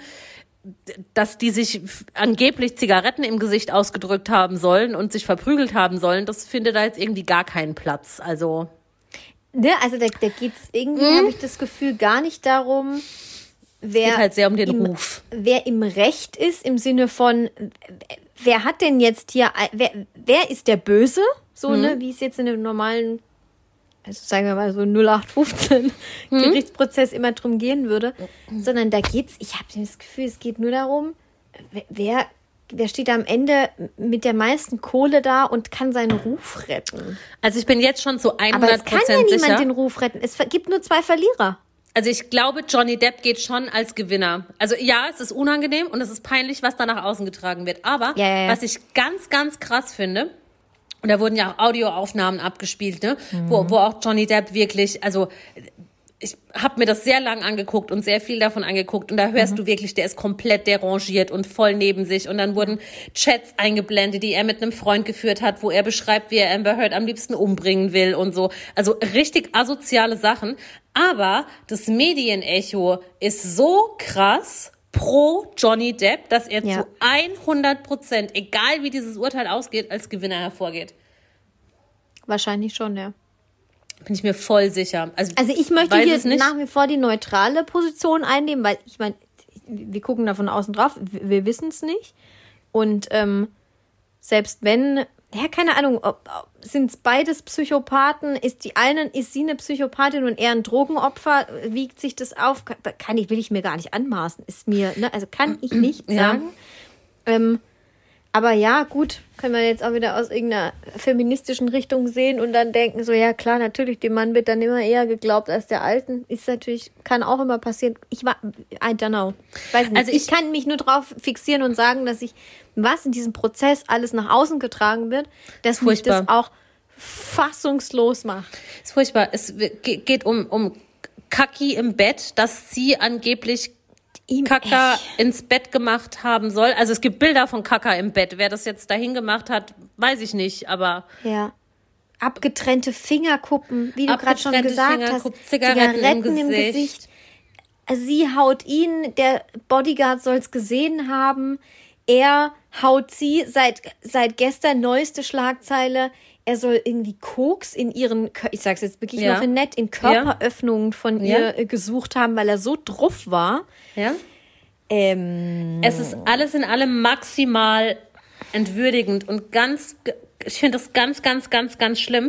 dass die sich angeblich Zigaretten im Gesicht ausgedrückt haben sollen und sich verprügelt haben sollen, das findet da jetzt irgendwie gar keinen Platz. Also, ne, also da geht's irgendwie, habe ich das Gefühl, gar nicht darum, es geht halt sehr um den Ruf. Wer im Recht ist, im Sinne von, wer hat denn jetzt hier, wer ist der Böse? So, ne, wie es jetzt in einem normalen, also sagen wir mal so 0815 Gerichtsprozess immer drum gehen würde. Sondern da geht's, ich habe das Gefühl, es geht nur darum, wer steht am Ende mit der meisten Kohle da und kann seinen Ruf retten. Also ich bin jetzt schon zu 100% sicher. Aber es kann ja niemand den Ruf retten. Es gibt nur 2 Verlierer. Also ich glaube, Johnny Depp geht schon als Gewinner. Also ja, es ist unangenehm und es ist peinlich, was da nach außen getragen wird. Aber was ich ganz, ganz krass finde, und da wurden ja auch Audioaufnahmen abgespielt, ne, wo auch Johnny Depp wirklich, also ich habe mir das sehr lang angeguckt und sehr viel davon angeguckt und da hörst du wirklich, der ist komplett derangiert und voll neben sich und dann wurden Chats eingeblendet, die er mit einem Freund geführt hat, wo er beschreibt, wie er Amber Heard am liebsten umbringen will und so. Also richtig asoziale Sachen. Aber das Medienecho ist so krass pro Johnny Depp, dass er zu 100%, egal wie dieses Urteil ausgeht, als Gewinner hervorgeht. Wahrscheinlich schon, ja. Bin ich mir voll sicher. Also ich möchte hier nach wie vor die neutrale Position einnehmen, weil ich meine, wir gucken da von außen drauf, wir wissen es nicht. Und selbst wenn, ja, keine Ahnung, sind es beides Psychopathen, ist sie eine Psychopathin und er ein Drogenopfer, wiegt sich das auf? Will ich mir gar nicht anmaßen. Ist mir, ne, also kann ich nicht sagen. Aber ja, gut, können wir jetzt auch wieder aus irgendeiner feministischen Richtung sehen und dann denken, so ja klar, natürlich, dem Mann wird dann immer eher geglaubt als der Alten. Ist natürlich, kann auch immer passieren. I don't know. Ich weiß nicht. Also ich kann mich nur drauf fixieren und sagen, dass was in diesem Prozess alles nach außen getragen wird, dass mich das auch fassungslos macht. Ist furchtbar. Es geht um Kaki im Bett, dass sie angeblich Kaka ins Bett gemacht haben soll. Also es gibt Bilder von Kaka im Bett. Wer das jetzt dahin gemacht hat, weiß ich nicht, aber... Ja. Abgetrennte Fingerkuppen, wie du gerade schon gesagt hast. Zigaretten im Gesicht. Sie haut ihn, der Bodyguard soll es gesehen haben. Er haut sie, seit gestern neueste Schlagzeile, er soll irgendwie Koks in ihren, ich sag's jetzt wirklich noch nett, in Körperöffnungen von ihr gesucht haben, weil er so druff war. Ja. Es ist alles in allem maximal entwürdigend und ich finde das ganz, ganz, ganz, ganz schlimm.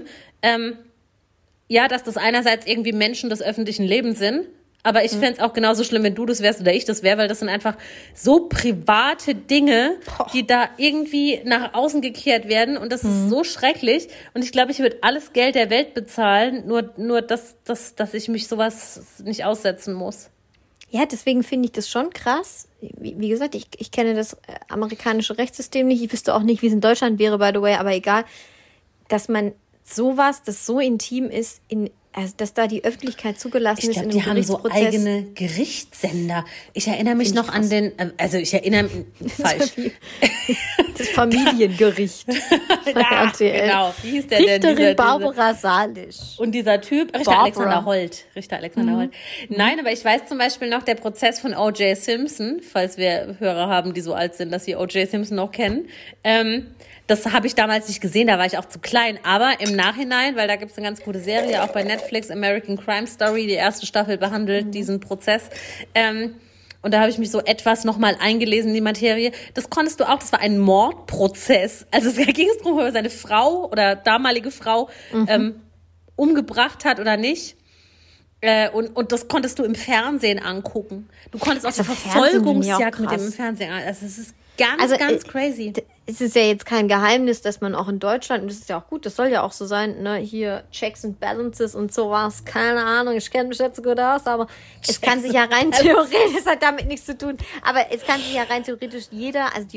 Dass das einerseits irgendwie Menschen des öffentlichen Lebens sind, aber ich fände es auch genauso schlimm, wenn du das wärst oder ich das wäre, weil das sind einfach so private Dinge, die da irgendwie nach außen gekehrt werden und das ist so schrecklich und ich glaube, ich würde alles Geld der Welt bezahlen, nur dass ich mich sowas nicht aussetzen muss. Ja, deswegen finde ich das schon krass. Wie gesagt, ich kenne das amerikanische Rechtssystem nicht, ich wüsste auch nicht, wie es in Deutschland wäre, by the way, aber egal, dass man sowas, das so intim ist, in Also, dass da die Öffentlichkeit zugelassen ist in die einem haben so Gerichtsprozess. eigene Gerichtssender. Ich erinnere mich noch an den, ich erinnere falsch. Das Familiengericht. Ja, genau. Wie hieß der denn? Richterin Barbara Salisch. Und dieser Typ, Richter Alexander Holt. Holt. Nein, aber ich weiß zum Beispiel noch, der Prozess von O.J. Simpson, falls wir Hörer haben, die so alt sind, dass sie O.J. Simpson noch kennen. Das habe ich damals nicht gesehen, da war ich auch zu klein. Aber im Nachhinein, weil da gibt es eine ganz gute Serie, auch bei Netflix, American Crime Story, die erste Staffel behandelt diesen Prozess. Und da habe ich mich so etwas nochmal eingelesen in die Materie. Das konntest du auch, das war ein Mordprozess. Also es ging es darum, ob er seine Frau oder damalige Frau umgebracht hat oder nicht. Und das konntest du im Fernsehen angucken. Du konntest auch die Verfolgungsjagd mit dem im Fernsehen. Also es ist ganz crazy. Es ist ja jetzt kein Geheimnis, dass man auch in Deutschland, und das ist ja auch gut, das soll ja auch so sein, ne, hier Checks and Balances und sowas, keine Ahnung, ich kenne mich jetzt so gut aus, aber es kann sich ja rein theoretisch, das hat damit nichts zu tun, aber es kann sich ja rein theoretisch jeder, also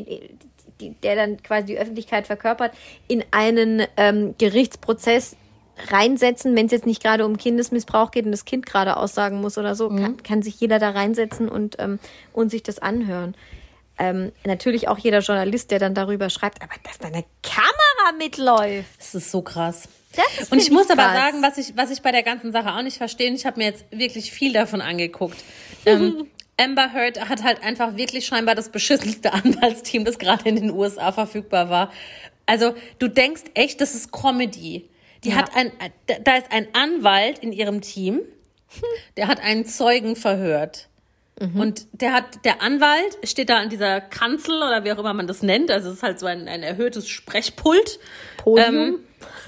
der dann quasi die Öffentlichkeit verkörpert, in einen Gerichtsprozess reinsetzen, wenn es jetzt nicht gerade um Kindesmissbrauch geht und das Kind gerade aussagen muss oder so, kann sich jeder da reinsetzen und sich das anhören. Natürlich auch jeder Journalist, der dann darüber schreibt, aber dass da eine Kamera mitläuft. Das ist so krass. Und ich muss aber sagen, was ich bei der ganzen Sache auch nicht verstehe, ich habe mir jetzt wirklich viel davon angeguckt. Amber Heard hat halt einfach wirklich scheinbar das beschissenste Anwaltsteam, das gerade in den USA verfügbar war. Also du denkst echt, das ist Comedy. Da ist ein Anwalt in ihrem Team, der hat einen Zeugen verhört. Und der Anwalt steht da an dieser Kanzel oder wie auch immer man das nennt. Also es ist halt so ein erhöhtes Sprechpult. Podium?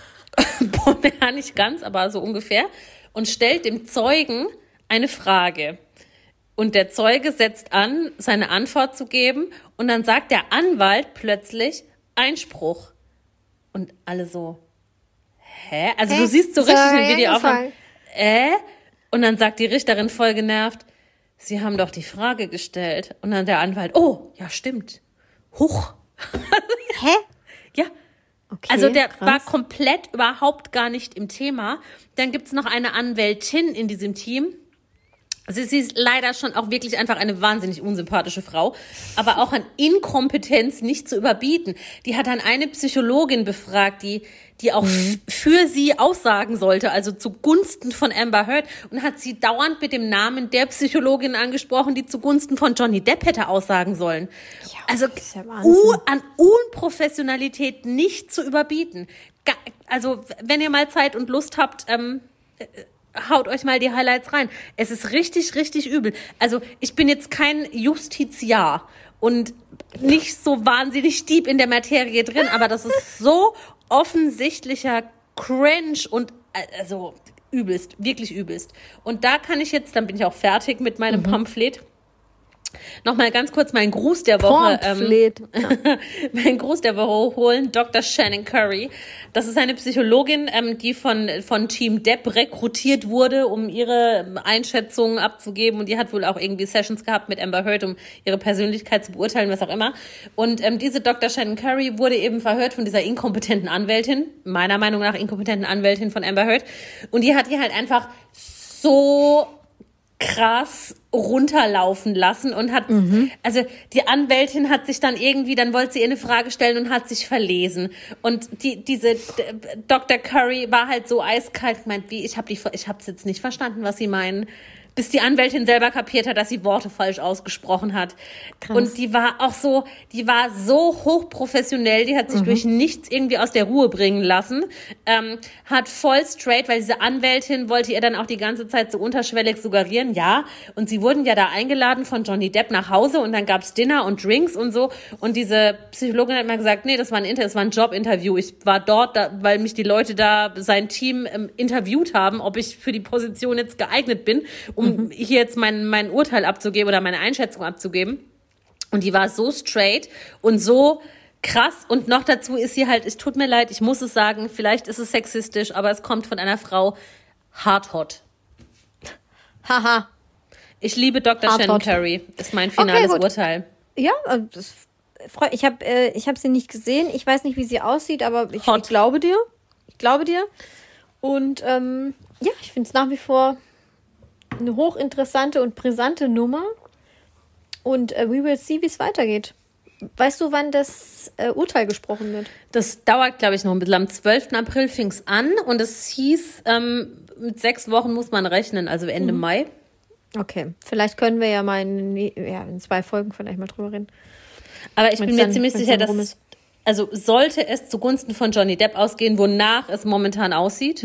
Ja, nicht ganz, aber so ungefähr. Und stellt dem Zeugen eine Frage. Und der Zeuge setzt an, seine Antwort zu geben. Und dann sagt der Anwalt plötzlich Einspruch. Und alle so, hä? Also du siehst so richtig im Video auch. Und dann sagt die Richterin voll genervt, Sie haben doch die Frage gestellt. Und dann der Anwalt, oh, ja, stimmt. Huch. Hä? Ja. Okay, also der krass. war komplett überhaupt gar nicht im Thema. Dann gibt's noch eine Anwältin in diesem Team. Sie ist leider schon auch wirklich einfach eine wahnsinnig unsympathische Frau, aber auch an Inkompetenz nicht zu überbieten. Die hat dann eine Psychologin befragt, die auch für sie aussagen sollte, also zugunsten von Amber Heard, und hat sie dauernd mit dem Namen der Psychologin angesprochen, die zugunsten von Johnny Depp hätte aussagen sollen. Ja, also das ist ja Wahnsinn. An Unprofessionalität nicht zu überbieten. Also wenn ihr mal Zeit und Lust habt, haut euch mal die Highlights rein. Es ist richtig, richtig übel. Also ich bin jetzt kein Justiziar und nicht so wahnsinnig deep in der Materie drin, aber das ist so offensichtlicher Cringe und also übelst, wirklich übelst. Und da kann ich jetzt, dann bin ich auch fertig mit meinem Pamphlet. Nochmal ganz kurz meinen Gruß der Woche. Meinen Gruß der Woche holen. Dr. Shannon Curry. Das ist eine Psychologin, die von Team Depp rekrutiert wurde, um ihre Einschätzungen abzugeben. Und die hat wohl auch irgendwie Sessions gehabt mit Amber Heard, um ihre Persönlichkeit zu beurteilen, was auch immer. Und diese Dr. Shannon Curry wurde eben verhört von dieser inkompetenten Anwältin, meiner Meinung nach inkompetenten Anwältin von Amber Heard. Und die hat die halt einfach so krass runterlaufen lassen und hat, also die Anwältin hat sich dann irgendwie, dann wollte sie ihr eine Frage stellen und hat sich verlesen. Und diese Dr. Curry war halt so eiskalt, meint, ich hab's jetzt nicht verstanden, was sie meinen. Bis die Anwältin selber kapiert hat, dass sie Worte falsch ausgesprochen hat. Krass. Und die war so hochprofessionell, die hat sich durch nichts irgendwie aus der Ruhe bringen lassen, hat voll straight, weil diese Anwältin wollte ihr dann auch die ganze Zeit so unterschwellig suggerieren, ja, und sie wurden ja da eingeladen von Johnny Depp nach Hause und dann gab's Dinner und Drinks und so, und diese Psychologin hat mal gesagt, nee, das war ein Jobinterview, ich war dort, weil mich die Leute da, sein Team interviewt haben, ob ich für die Position jetzt geeignet bin, um hier jetzt mein Urteil abzugeben oder meine Einschätzung abzugeben. Und die war so straight und so krass. Und noch dazu ist sie halt, es tut mir leid, ich muss es sagen, vielleicht ist es sexistisch, aber es kommt von einer Frau hard hot. Haha. Ich liebe Dr. Shannon Curry. Ist mein finales Urteil. Ja, ich habe sie nicht gesehen. Ich weiß nicht, wie sie aussieht, aber ich glaube dir. Und ja, ich finde es nach wie vor eine hochinteressante und brisante Nummer. Und we will see, wie es weitergeht. Weißt du, wann das Urteil gesprochen wird? Das dauert, glaube ich, noch ein bisschen. Am 12. April fing es an und es hieß, mit 6 Wochen muss man rechnen, also Ende Mai. Okay, vielleicht können wir ja mal in 2 Folgen vielleicht mal drüber reden. Aber ich bin mir ziemlich sicher, dass, also sollte es zugunsten von Johnny Depp ausgehen, wonach es momentan aussieht,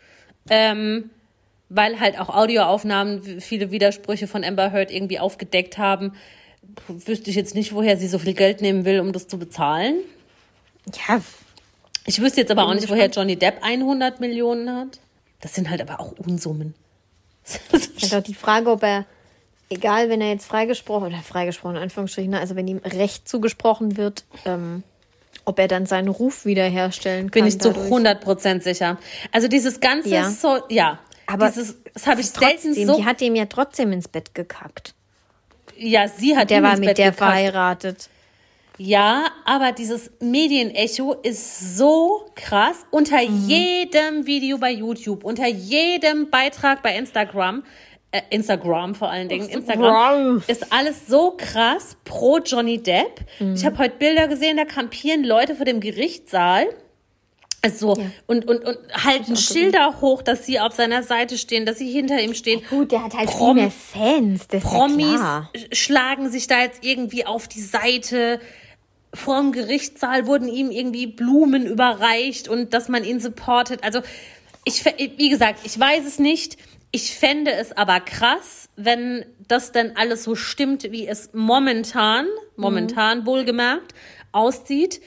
weil halt auch Audioaufnahmen viele Widersprüche von Amber Heard irgendwie aufgedeckt haben, wüsste ich jetzt nicht, woher sie so viel Geld nehmen will, um das zu bezahlen. Ja. Ich wüsste jetzt aber auch nicht, woher Johnny Depp 100 Millionen hat. Das sind halt aber auch Unsummen. Ist doch die Frage, ob er, egal, wenn er jetzt freigesprochen, in Anführungsstrichen, also wenn ihm Recht zugesprochen wird, ob er dann seinen Ruf wiederherstellen kann. Bin ich zu 100% sicher. Also dieses ganze, aber das habe ich selten so. Die hat ihm ja trotzdem ins Bett gekackt. Ja, sie hat der ihm war ins mit Bett der gekackt. verheiratet. Ja, aber dieses Medienecho ist so krass. Unter jedem Video bei YouTube, unter jedem Beitrag bei Instagram vor allen Dingen, Instagram ist alles so krass pro Johnny Depp. Ich habe heute Bilder gesehen, da kampieren Leute vor dem Gerichtssaal. Also, und halten Schilder hoch, dass sie auf seiner Seite stehen, dass sie hinter ihm stehen. Ja, gut, der hat halt viel mehr Fans, das ist Promis ja klar. schlagen sich da jetzt irgendwie auf die Seite. Vor dem Gerichtssaal wurden ihm irgendwie Blumen überreicht und dass man ihn supportet. Also, wie gesagt, ich weiß es nicht. Ich fände es aber krass, wenn das dann alles so stimmt, wie es momentan wohlgemerkt, aussieht.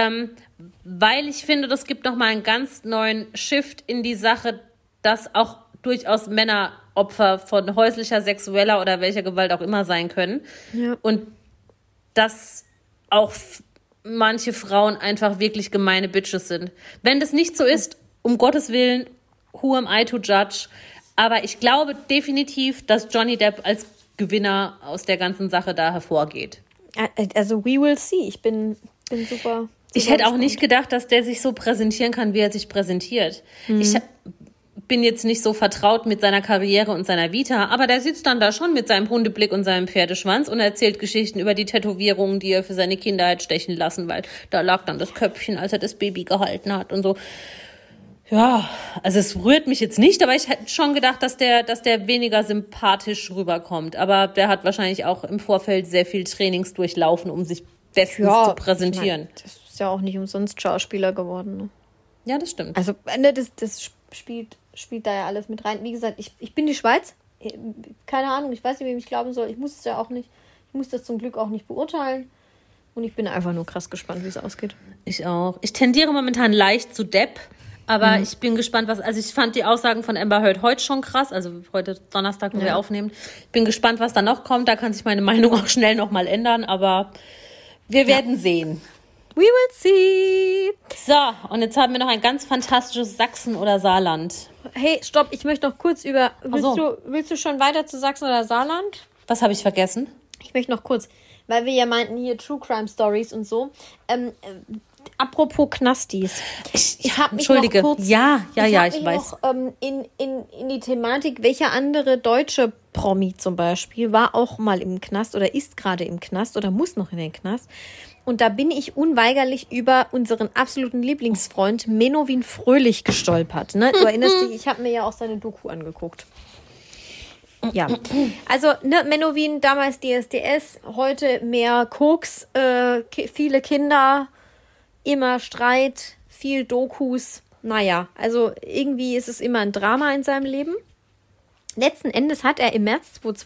Weil ich finde, das gibt nochmal einen ganz neuen Shift in die Sache, dass auch durchaus Männer Opfer von häuslicher, sexueller oder welcher Gewalt auch immer sein können. Ja. Und dass auch manche Frauen einfach wirklich gemeine Bitches sind. Wenn das nicht so ist, um Gottes Willen, who am I to judge? Aber ich glaube definitiv, dass Johnny Depp als Gewinner aus der ganzen Sache da hervorgeht. Also we will see. Ich bin super. Ich hätte auch nicht gedacht, dass der sich so präsentieren kann, wie er sich präsentiert. Ich bin jetzt nicht so vertraut mit seiner Karriere und seiner Vita, aber der sitzt dann da schon mit seinem Hundeblick und seinem Pferdeschwanz und erzählt Geschichten über die Tätowierungen, die er für seine Kinder hat stechen lassen, weil da lag dann das Köpfchen, als er das Baby gehalten hat und so. Ja, also es rührt mich jetzt nicht, aber ich hätte schon gedacht, dass der weniger sympathisch rüberkommt. Aber der hat wahrscheinlich auch im Vorfeld sehr viel Trainings durchlaufen, um sich bestens zu präsentieren. Ich meine, das ist ja auch nicht umsonst Schauspieler geworden. Ne? Ja, das stimmt. Also das spielt da ja alles mit rein. Wie gesagt, ich bin die Schweiz. Keine Ahnung, ich weiß nicht, wem ich glauben soll. Ich muss es ja auch nicht. Ich muss das zum Glück auch nicht beurteilen. Und ich bin einfach nur krass gespannt, wie es ausgeht. Ich auch. Ich tendiere momentan leicht zu Depp. Aber ich bin gespannt, also ich fand die Aussagen von Amber Heard heute schon krass, also heute Donnerstag, wo wir aufnehmen. Ich bin gespannt, was da noch kommt, da kann sich meine Meinung auch schnell nochmal ändern, aber wir werden sehen. We will see. So, und jetzt haben wir noch ein ganz fantastisches Sachsen oder Saarland. Hey, stopp, ich möchte noch kurz willst du schon weiter zu Sachsen oder Saarland? Was habe ich vergessen? Ich möchte noch kurz, weil wir ja meinten hier True Crime Stories und so, apropos Knastis. Ich habe mich noch kurz, ich weiß. Noch, in die Thematik, welcher andere deutsche Promi zum Beispiel war auch mal im Knast oder ist gerade im Knast oder muss noch in den Knast. Und da bin ich unweigerlich über unseren absoluten Lieblingsfreund Menowin Fröhlich gestolpert. Ne? Du erinnerst dich, ich habe mir ja auch seine Doku angeguckt. Ja, also Menowin, damals DSDS, heute mehr Koks, viele Kinder, immer Streit, viel Dokus. Naja, also irgendwie ist es immer ein Drama in seinem Leben. Letzten Endes hat er im März vor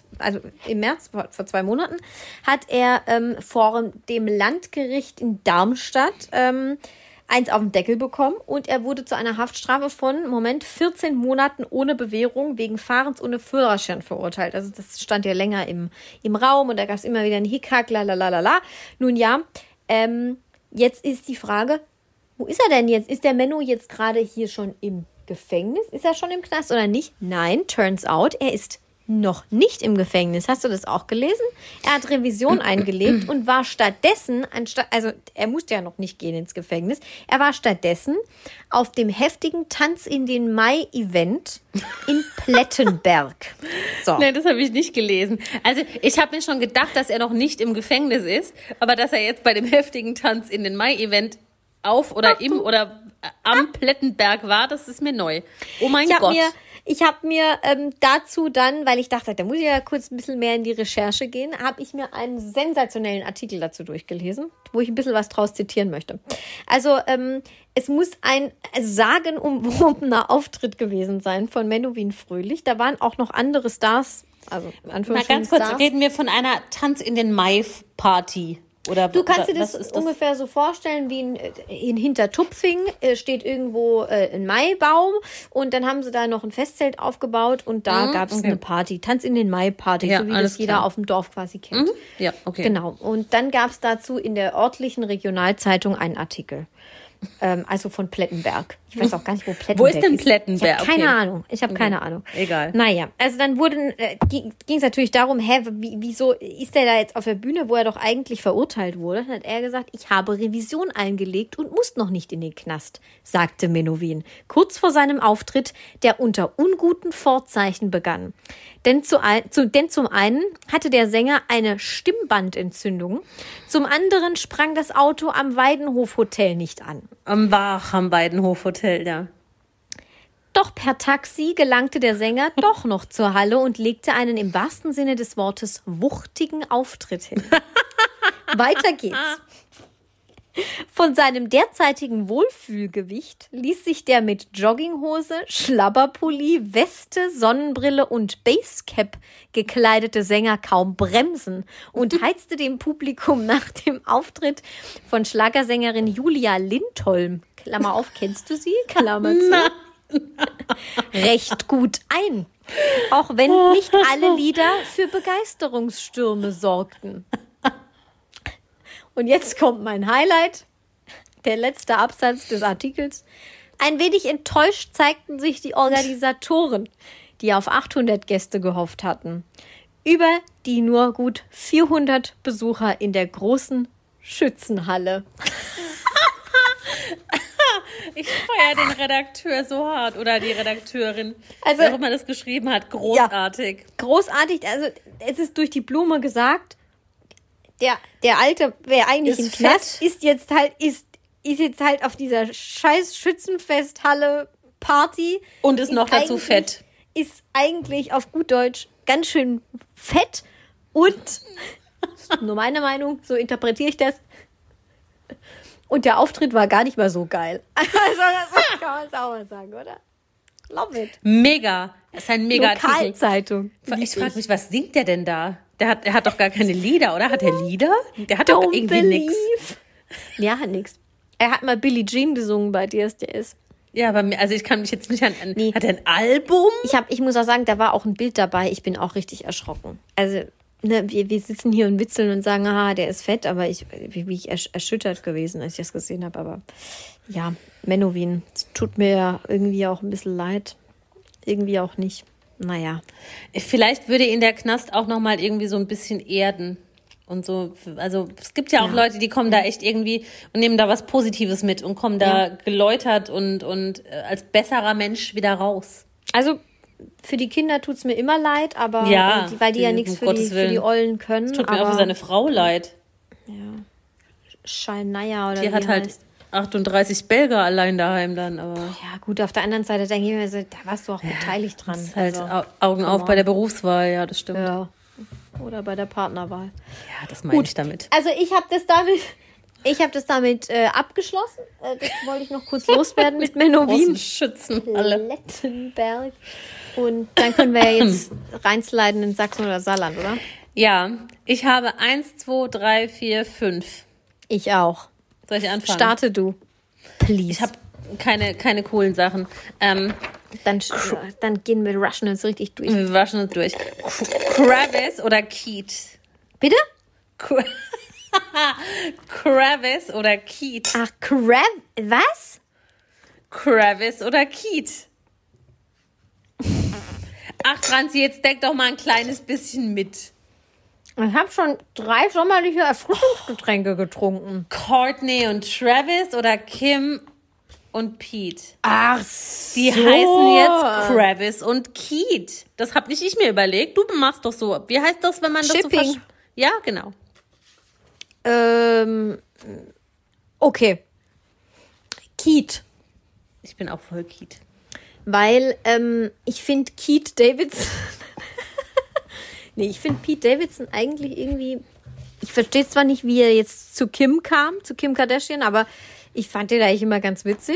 2 Monaten, hat er vor dem Landgericht in Darmstadt eins auf den Deckel bekommen und er wurde zu einer Haftstrafe von, 14 Monaten ohne Bewährung wegen Fahrens ohne Führerschein verurteilt. Also das stand ja länger im Raum und da gab es immer wieder einen Hickhack, lalalala. Nun ja, jetzt ist die Frage, wo ist er denn jetzt? Ist der Menno jetzt gerade hier schon im Gefängnis? Ist er schon im Knast oder nicht? Nein, turns out, er ist noch nicht im Gefängnis. Hast du das auch gelesen? Er hat Revision eingelegt und war stattdessen, also er musste ja noch nicht gehen ins Gefängnis, er war stattdessen auf dem heftigen Tanz in den Mai-Event in Plettenberg. So. Nee, das habe ich nicht gelesen. Also ich habe mir schon gedacht, dass er noch nicht im Gefängnis ist, aber dass er jetzt bei dem heftigen Tanz in den Mai-Event auf oder im oder am Plettenberg war, das ist mir neu. Oh mein Gott. Ich habe mir dazu dann, weil ich dachte, da muss ich ja kurz ein bisschen mehr in die Recherche gehen, habe ich mir einen sensationellen Artikel dazu durchgelesen, wo ich ein bisschen was draus zitieren möchte. Also es muss ein sagenumwobener Auftritt gewesen sein von Menowin Fröhlich. Da waren auch noch andere Stars, also in Anführungsstrichen. Mal ganz kurz, reden wir von einer Tanz in den Mai-Party. Oder, du kannst dir das ungefähr so vorstellen, wie in Hintertupfing steht irgendwo ein Maibaum und dann haben sie da noch ein Festzelt aufgebaut und da gab es eine Party, Tanz in den Mai-Party, so wie das jeder auf dem Dorf quasi kennt. Ja, okay. Genau, und dann gab es dazu in der örtlichen Regionalzeitung einen Artikel. Also von Plettenberg. Ich weiß auch gar nicht, wo Plettenberg ist. Wo ist denn Plettenberg? Ich habe keine Ahnung. Egal. Naja, also dann ging es natürlich darum, wieso ist der da jetzt auf der Bühne, wo er doch eigentlich verurteilt wurde? Dann hat er gesagt, ich habe Revision eingelegt und muss noch nicht in den Knast, sagte Menowin. Kurz vor seinem Auftritt, der unter unguten Vorzeichen begann. Denn zum einen hatte der Sänger eine Stimmbandentzündung, zum anderen sprang das Auto am Weidenhof Hotel nicht an. Am Weidenhof Hotel, ja. Doch per Taxi gelangte der Sänger doch noch zur Halle und legte einen im wahrsten Sinne des Wortes wuchtigen Auftritt hin. Weiter geht's. Von seinem derzeitigen Wohlfühlgewicht ließ sich der mit Jogginghose, Schlabberpulli, Weste, Sonnenbrille und Basecap gekleidete Sänger kaum bremsen und heizte dem Publikum nach dem Auftritt von Schlagersängerin Julia Lindholm, Klammer auf, kennst du sie? Klammer zu. Recht gut ein. Auch wenn nicht alle Lieder für Begeisterungsstürme sorgten. Und jetzt kommt mein Highlight, der letzte Absatz des Artikels. Ein wenig enttäuscht zeigten sich die Organisatoren, die auf 800 Gäste gehofft hatten, über die nur gut 400 Besucher in der großen Schützenhalle. Ich feiere den Redakteur so hart oder die Redakteurin, also, wer auch immer das geschrieben hat. Großartig. Ja, großartig, also es ist durch die Blume gesagt, der Alte, wer eigentlich im Knast ist jetzt halt auf dieser scheiß Schützenfesthalle Party. Und ist noch dazu fett. Ist eigentlich auf gut Deutsch ganz schön fett und, nur meine Meinung, so interpretiere ich das, und der Auftritt war gar nicht mal so geil. Also das kann man es auch mal sagen, oder? Love it. Mega. Das ist ein mega Lokalzeitung. Ich frage mich, was singt der denn da? Der hat doch gar keine Lieder, oder? Hat er Lieder? Der hat doch irgendwie nichts. Ja, hat nichts. Er hat mal Billie Jean gesungen bei DSDS. Ja, aber also ich kann mich jetzt nicht an... Nee. Hat er ein Album? Ich muss auch sagen, da war auch ein Bild dabei. Ich bin auch richtig erschrocken. Also, wir sitzen hier und witzeln und sagen, der ist fett, aber ich erschüttert gewesen, als ich das gesehen habe. Aber ja, Menowin, es tut mir ja irgendwie auch ein bisschen leid. Irgendwie auch nicht. Naja. Vielleicht würde ihn der Knast auch nochmal irgendwie so ein bisschen erden. Und so, also es gibt ja auch Leute, die kommen da echt irgendwie und nehmen da was Positives mit und kommen da geläutert und als besserer Mensch wieder raus. Also für die Kinder tut es mir immer leid, aber weil die ja nichts für die Ollen können. Es tut mir auch für seine Frau leid. Ja. Shania oder die hat halt 38 Belgier allein daheim dann, aber... Ja gut, auf der anderen Seite denke ich mir, da warst du auch beteiligt dran. Ist halt Augen auf bei der Berufswahl, ja, das stimmt. Ja. Oder bei der Partnerwahl. Ja, das meine ich damit. Also ich habe das damit abgeschlossen. Das wollte ich noch kurz loswerden mit Menowin. Schützen alle. Plettenberg. Und dann können wir ja jetzt reinsliden in Sachsen oder Saarland, oder? Ja, ich habe 1, 2, 3, 4, 5. Ich auch. Soll ich anfangen? Starte du. Please. Ich habe keine coolen Sachen. Dann gehen wir rushen uns richtig durch. Wir rushen uns durch. Kravis oder Keat? Bitte? Kravis oder Keat? Ach, was? Kravis oder Keat? Ach, Franzi, jetzt denk doch mal ein kleines bisschen mit. Ich habe schon 3 sommerliche Erfrischungsgetränke getrunken. Courtney und Travis oder Kim und Pete? Ach so. Die heißen jetzt Travis und Keith. Das habe nicht ich mir überlegt. Du machst doch so. Wie heißt das, wenn man das Shipping. so Ja, genau. Okay. Keith. Ich bin auch voll Keith. Weil ich finde Keith Davidson... Nee, ich finde Pete Davidson eigentlich irgendwie... Ich verstehe zwar nicht, wie er jetzt zu Kim kam, zu Kim Kardashian, aber ich fand den eigentlich immer ganz witzig.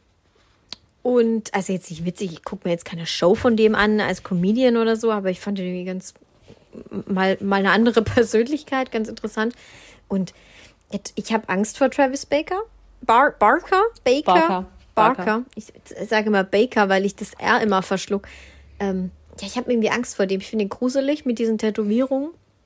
Und, also jetzt nicht witzig, ich gucke mir jetzt keine Show von dem an als Comedian oder so, aber ich fand den irgendwie ganz... Mal eine andere Persönlichkeit, ganz interessant. Und ich habe Angst vor Travis Baker. Barker. Ich sage immer Baker, weil ich das R immer verschluck. Ich habe irgendwie Angst vor dem. Ich finde ihn gruselig mit diesen Tätowierungen.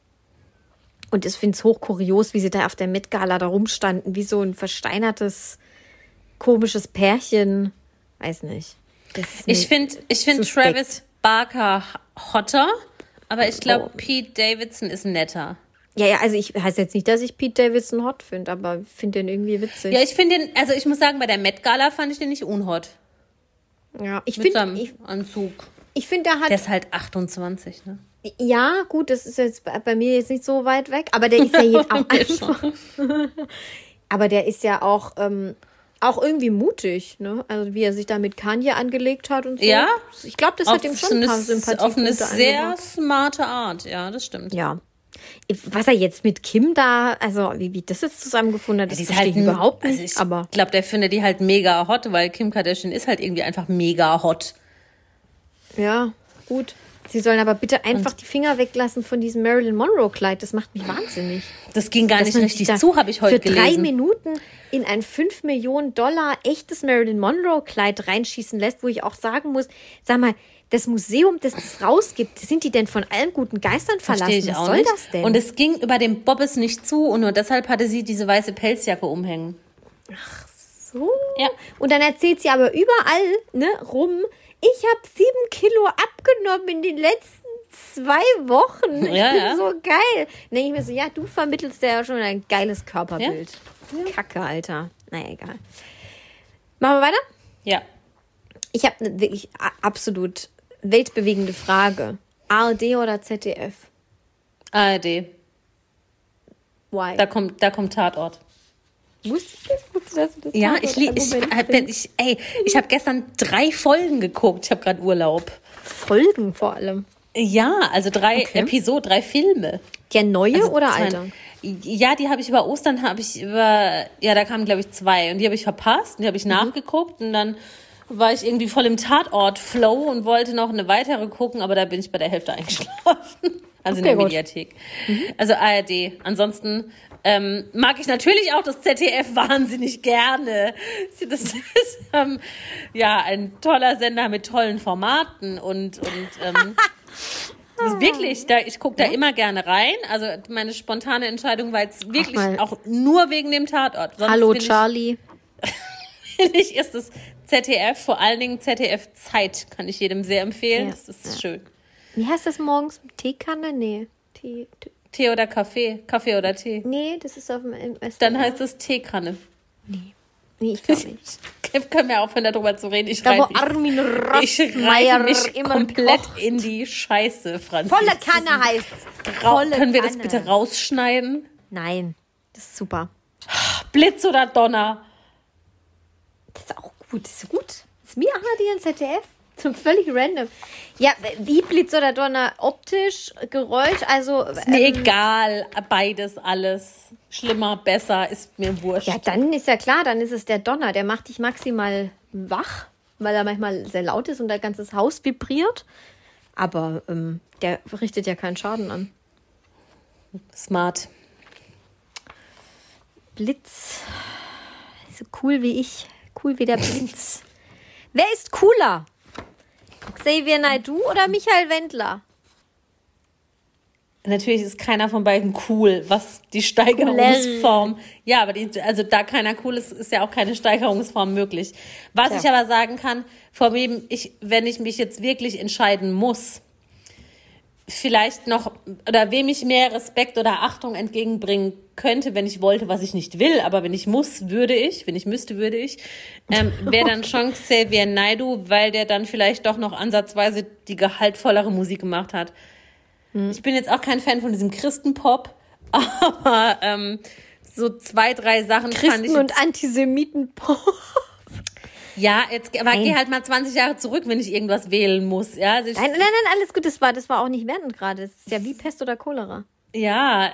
Und ich finde es hochkurios, wie sie da auf der Met Gala da rumstanden, wie so ein versteinertes, komisches Pärchen. Weiß nicht. Ich finde Travis Barker hotter, aber ich glaube, Pete Davidson ist netter. Ja, also ich heißt jetzt nicht, dass ich Pete Davidson hot finde, aber finde den irgendwie witzig. Ja, ich finde den, also ich muss sagen, bei der Met Gala fand ich den nicht unhot. Ja, ich Mit finde seinem Anzug. Ich finde, der ist halt 28, ne? Ja, gut, das ist jetzt bei mir jetzt nicht so weit weg, aber der ist ja jetzt auch einfach. Aber der ist ja auch irgendwie mutig, ne? Also wie er sich da mit Kanye angelegt hat und so. Ja. Ich glaube, das hat ihm schon ein paar Sympathiepunkte auf eine sehr angebracht. smarte Art, ja, das stimmt. Ja. Was er jetzt mit Kim da, also wie das jetzt zusammengefunden hat, das verstehe halt ich überhaupt nicht. Ich aber glaube, der findet die halt mega hot, weil Kim Kardashian ist halt irgendwie einfach mega hot. Ja, gut. Sie sollen aber bitte einfach die Finger weglassen von diesem Marilyn Monroe-Kleid. Das macht mich wahnsinnig. Das ging gar nicht richtig zu, habe ich heute gelesen. Für 3 Minuten in ein 5 Millionen $, echtes Marilyn Monroe-Kleid reinschießen lässt, wo ich auch sagen muss, sag mal, das Museum, das rausgibt, sind die denn von allen guten Geistern verlassen? Was soll das denn? Und es ging über dem Bobbes nicht zu und nur deshalb hatte sie diese weiße Pelzjacke umhängen. Ach so. Ja. Und dann erzählt sie aber überall rum, ich habe 7 Kilo abgenommen in den letzten 2 Wochen. Ich bin so geil. Dann denke ich mir so, ja, du vermittelst ja schon ein geiles Körperbild. Ja. Kacke, Alter. Naja, egal. Machen wir weiter? Ja. Ich habe eine wirklich absolut weltbewegende Frage. ARD oder ZDF? ARD. Why? Da kommt Tatort. Wusstest du das? Dass du das Ja, Tatort ich habe gestern 3 Folgen geguckt. Ich habe gerade Urlaub. Folgen vor allem. Ja, also 3 Episoden, 3 Filme. Der neue oder alte? Ja, die habe ich über Ostern, da kamen glaube ich 2 und die habe ich verpasst und die habe ich nachgeguckt und dann war ich irgendwie voll im Tatort-Flow und wollte noch eine weitere gucken, aber da bin ich bei der Hälfte eingeschlafen. Also in der Mediathek. Also ARD. Ansonsten mag ich natürlich auch das ZDF wahnsinnig gerne. Das ist ein toller Sender mit tollen Formaten und das ist wirklich, ich gucke da immer gerne rein. Also meine spontane Entscheidung war jetzt wirklich auch nur wegen dem Tatort. Sonst Hallo Charlie. Finde ich, ist das ZDF, vor allen Dingen ZDF Zeit, kann ich jedem sehr empfehlen. Ja, das ist schön. Wie heißt das morgens? Teekanne? Nee. Tee oder Kaffee? Kaffee oder Tee? Nee, das ist auf dem SDR. Dann heißt es Teekanne. Nee, ich glaube nicht. Können wir aufhören, darüber zu reden? Ich wo reite Armin Rossmeier mich immer komplett kocht. in die Scheiße, Franzi. Volle Kanne heißt Können wir das bitte rausschneiden? Nein, das ist super. Blitz oder Donner? Das ist auch gut. Das ist gut. Das ist mir ARD und ZDF. So völlig random. Ja, wie Blitz oder Donner? Optisch, Geräusch, also... Ist mir egal, beides, alles. Schlimmer, besser, ist mir wurscht. Ja, dann ist ja klar, dann ist es der Donner. Der macht dich maximal wach, weil er manchmal sehr laut ist und dein ganzes Haus vibriert. Aber der richtet ja keinen Schaden an. Smart. Blitz. So cool wie ich. Cool wie der Blitz. Wer ist cooler? Xavier Naidoo oder Michael Wendler? Natürlich ist keiner von beiden cool, was die Steigerungsform... Ja, aber da keiner cool ist, ist ja auch keine Steigerungsform möglich. Was ich aber sagen kann, wenn ich mich jetzt wirklich entscheiden muss, vielleicht noch, oder wem ich mehr Respekt oder Achtung entgegenbringen könnte, wenn ich wollte, was ich nicht will, aber wenn ich muss, würde ich, wenn ich müsste, würde ich, wäre dann schon Xavier Naidoo, weil der dann vielleicht doch noch ansatzweise die gehaltvollere Musik gemacht hat. Ich bin jetzt auch kein Fan von diesem Christenpop, aber so 2, 3 Sachen Christen fand ich und Antisemiten-Pop. ja, jetzt aber geh halt mal 20 Jahre zurück, wenn ich irgendwas wählen muss. Ja, also Nein, alles gut. Das war auch nicht wertend gerade. Das ist ja wie Pest oder Cholera. ja,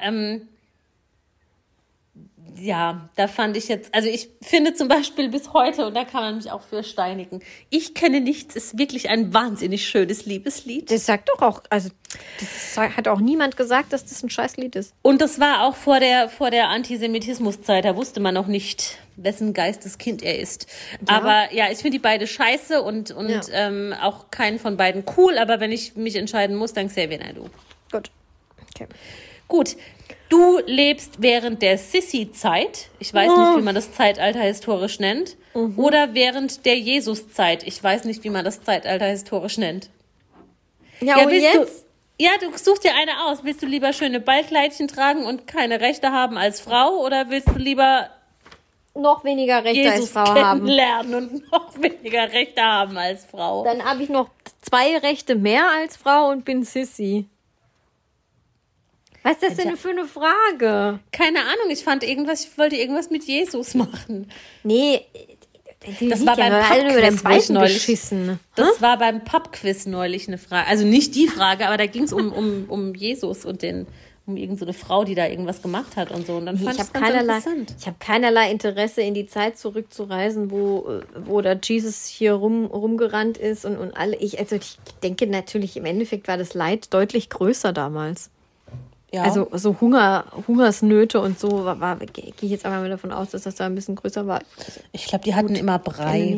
ja, da fand ich jetzt, also ich finde zum Beispiel bis heute, und da kann man mich auch für steinigen, Ich kenne nichts ist wirklich ein wahnsinnig schönes Liebeslied. Das sagt doch auch, also das hat auch niemand gesagt, dass das ein scheiß Lied ist. Und das war auch vor der Antisemitismuszeit, da wusste man noch nicht, wessen Geisteskind er ist. Ja. Aber ja, ich finde die beide scheiße und auch keinen von beiden cool, aber wenn ich mich entscheiden muss, dann Xavier Naidoo. Gut. Okay. Gut, du lebst während der Sissi-Zeit, ich weiß nicht, wie man das Zeitalter historisch nennt, oder während der Jesus-Zeit, ich weiß nicht, wie man das Zeitalter historisch nennt. Ja, und jetzt? Du suchst dir eine aus. Willst du lieber schöne Ballkleidchen tragen und keine Rechte haben als Frau, oder willst du lieber noch weniger Rechte Jesus als Frau haben? Kennenlernen und noch weniger Rechte haben als Frau? Dann habe ich noch 2 Rechte mehr als Frau und bin Sissi. Was ist das denn für eine Frage? Keine Ahnung, ich wollte irgendwas mit Jesus machen. Nee, das war beim Pub-Quiz neulich. Das war beim Pub-Quiz neulich eine Frage. Also nicht die Frage, aber da ging es um Jesus und um irgend so eine Frau, die da irgendwas gemacht hat und so. Und dann fand ich es ganz interessant. Ich habe keinerlei Interesse, in die Zeit zurückzureisen, wo der Jesus hier rumgerannt ist und alle. Ich denke natürlich, im Endeffekt war das Leid deutlich größer damals. Ja. Also so Hungersnöte und so gehe ich jetzt einmal davon aus, dass das da ein bisschen größer war. Ich glaube, die hatten immer Brei.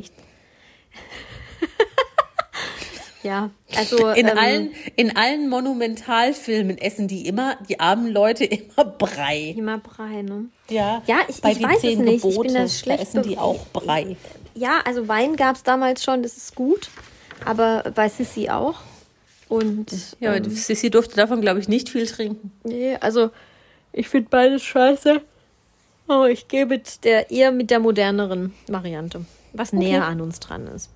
Ja, also in allen Monumentalfilmen essen die armen Leute immer Brei. Immer Brei, ne? Ja, ich weiß es nicht. Ich bin das schlecht. Da essen die auch Brei. Ja, also Wein gab es damals schon, das ist gut. Aber bei Sissi auch. Und ja, Sissi durfte davon, glaube ich, nicht viel trinken. Nee, also ich finde beides scheiße. Oh, ich gehe eher mit der moderneren Variante, was näher an uns dran ist.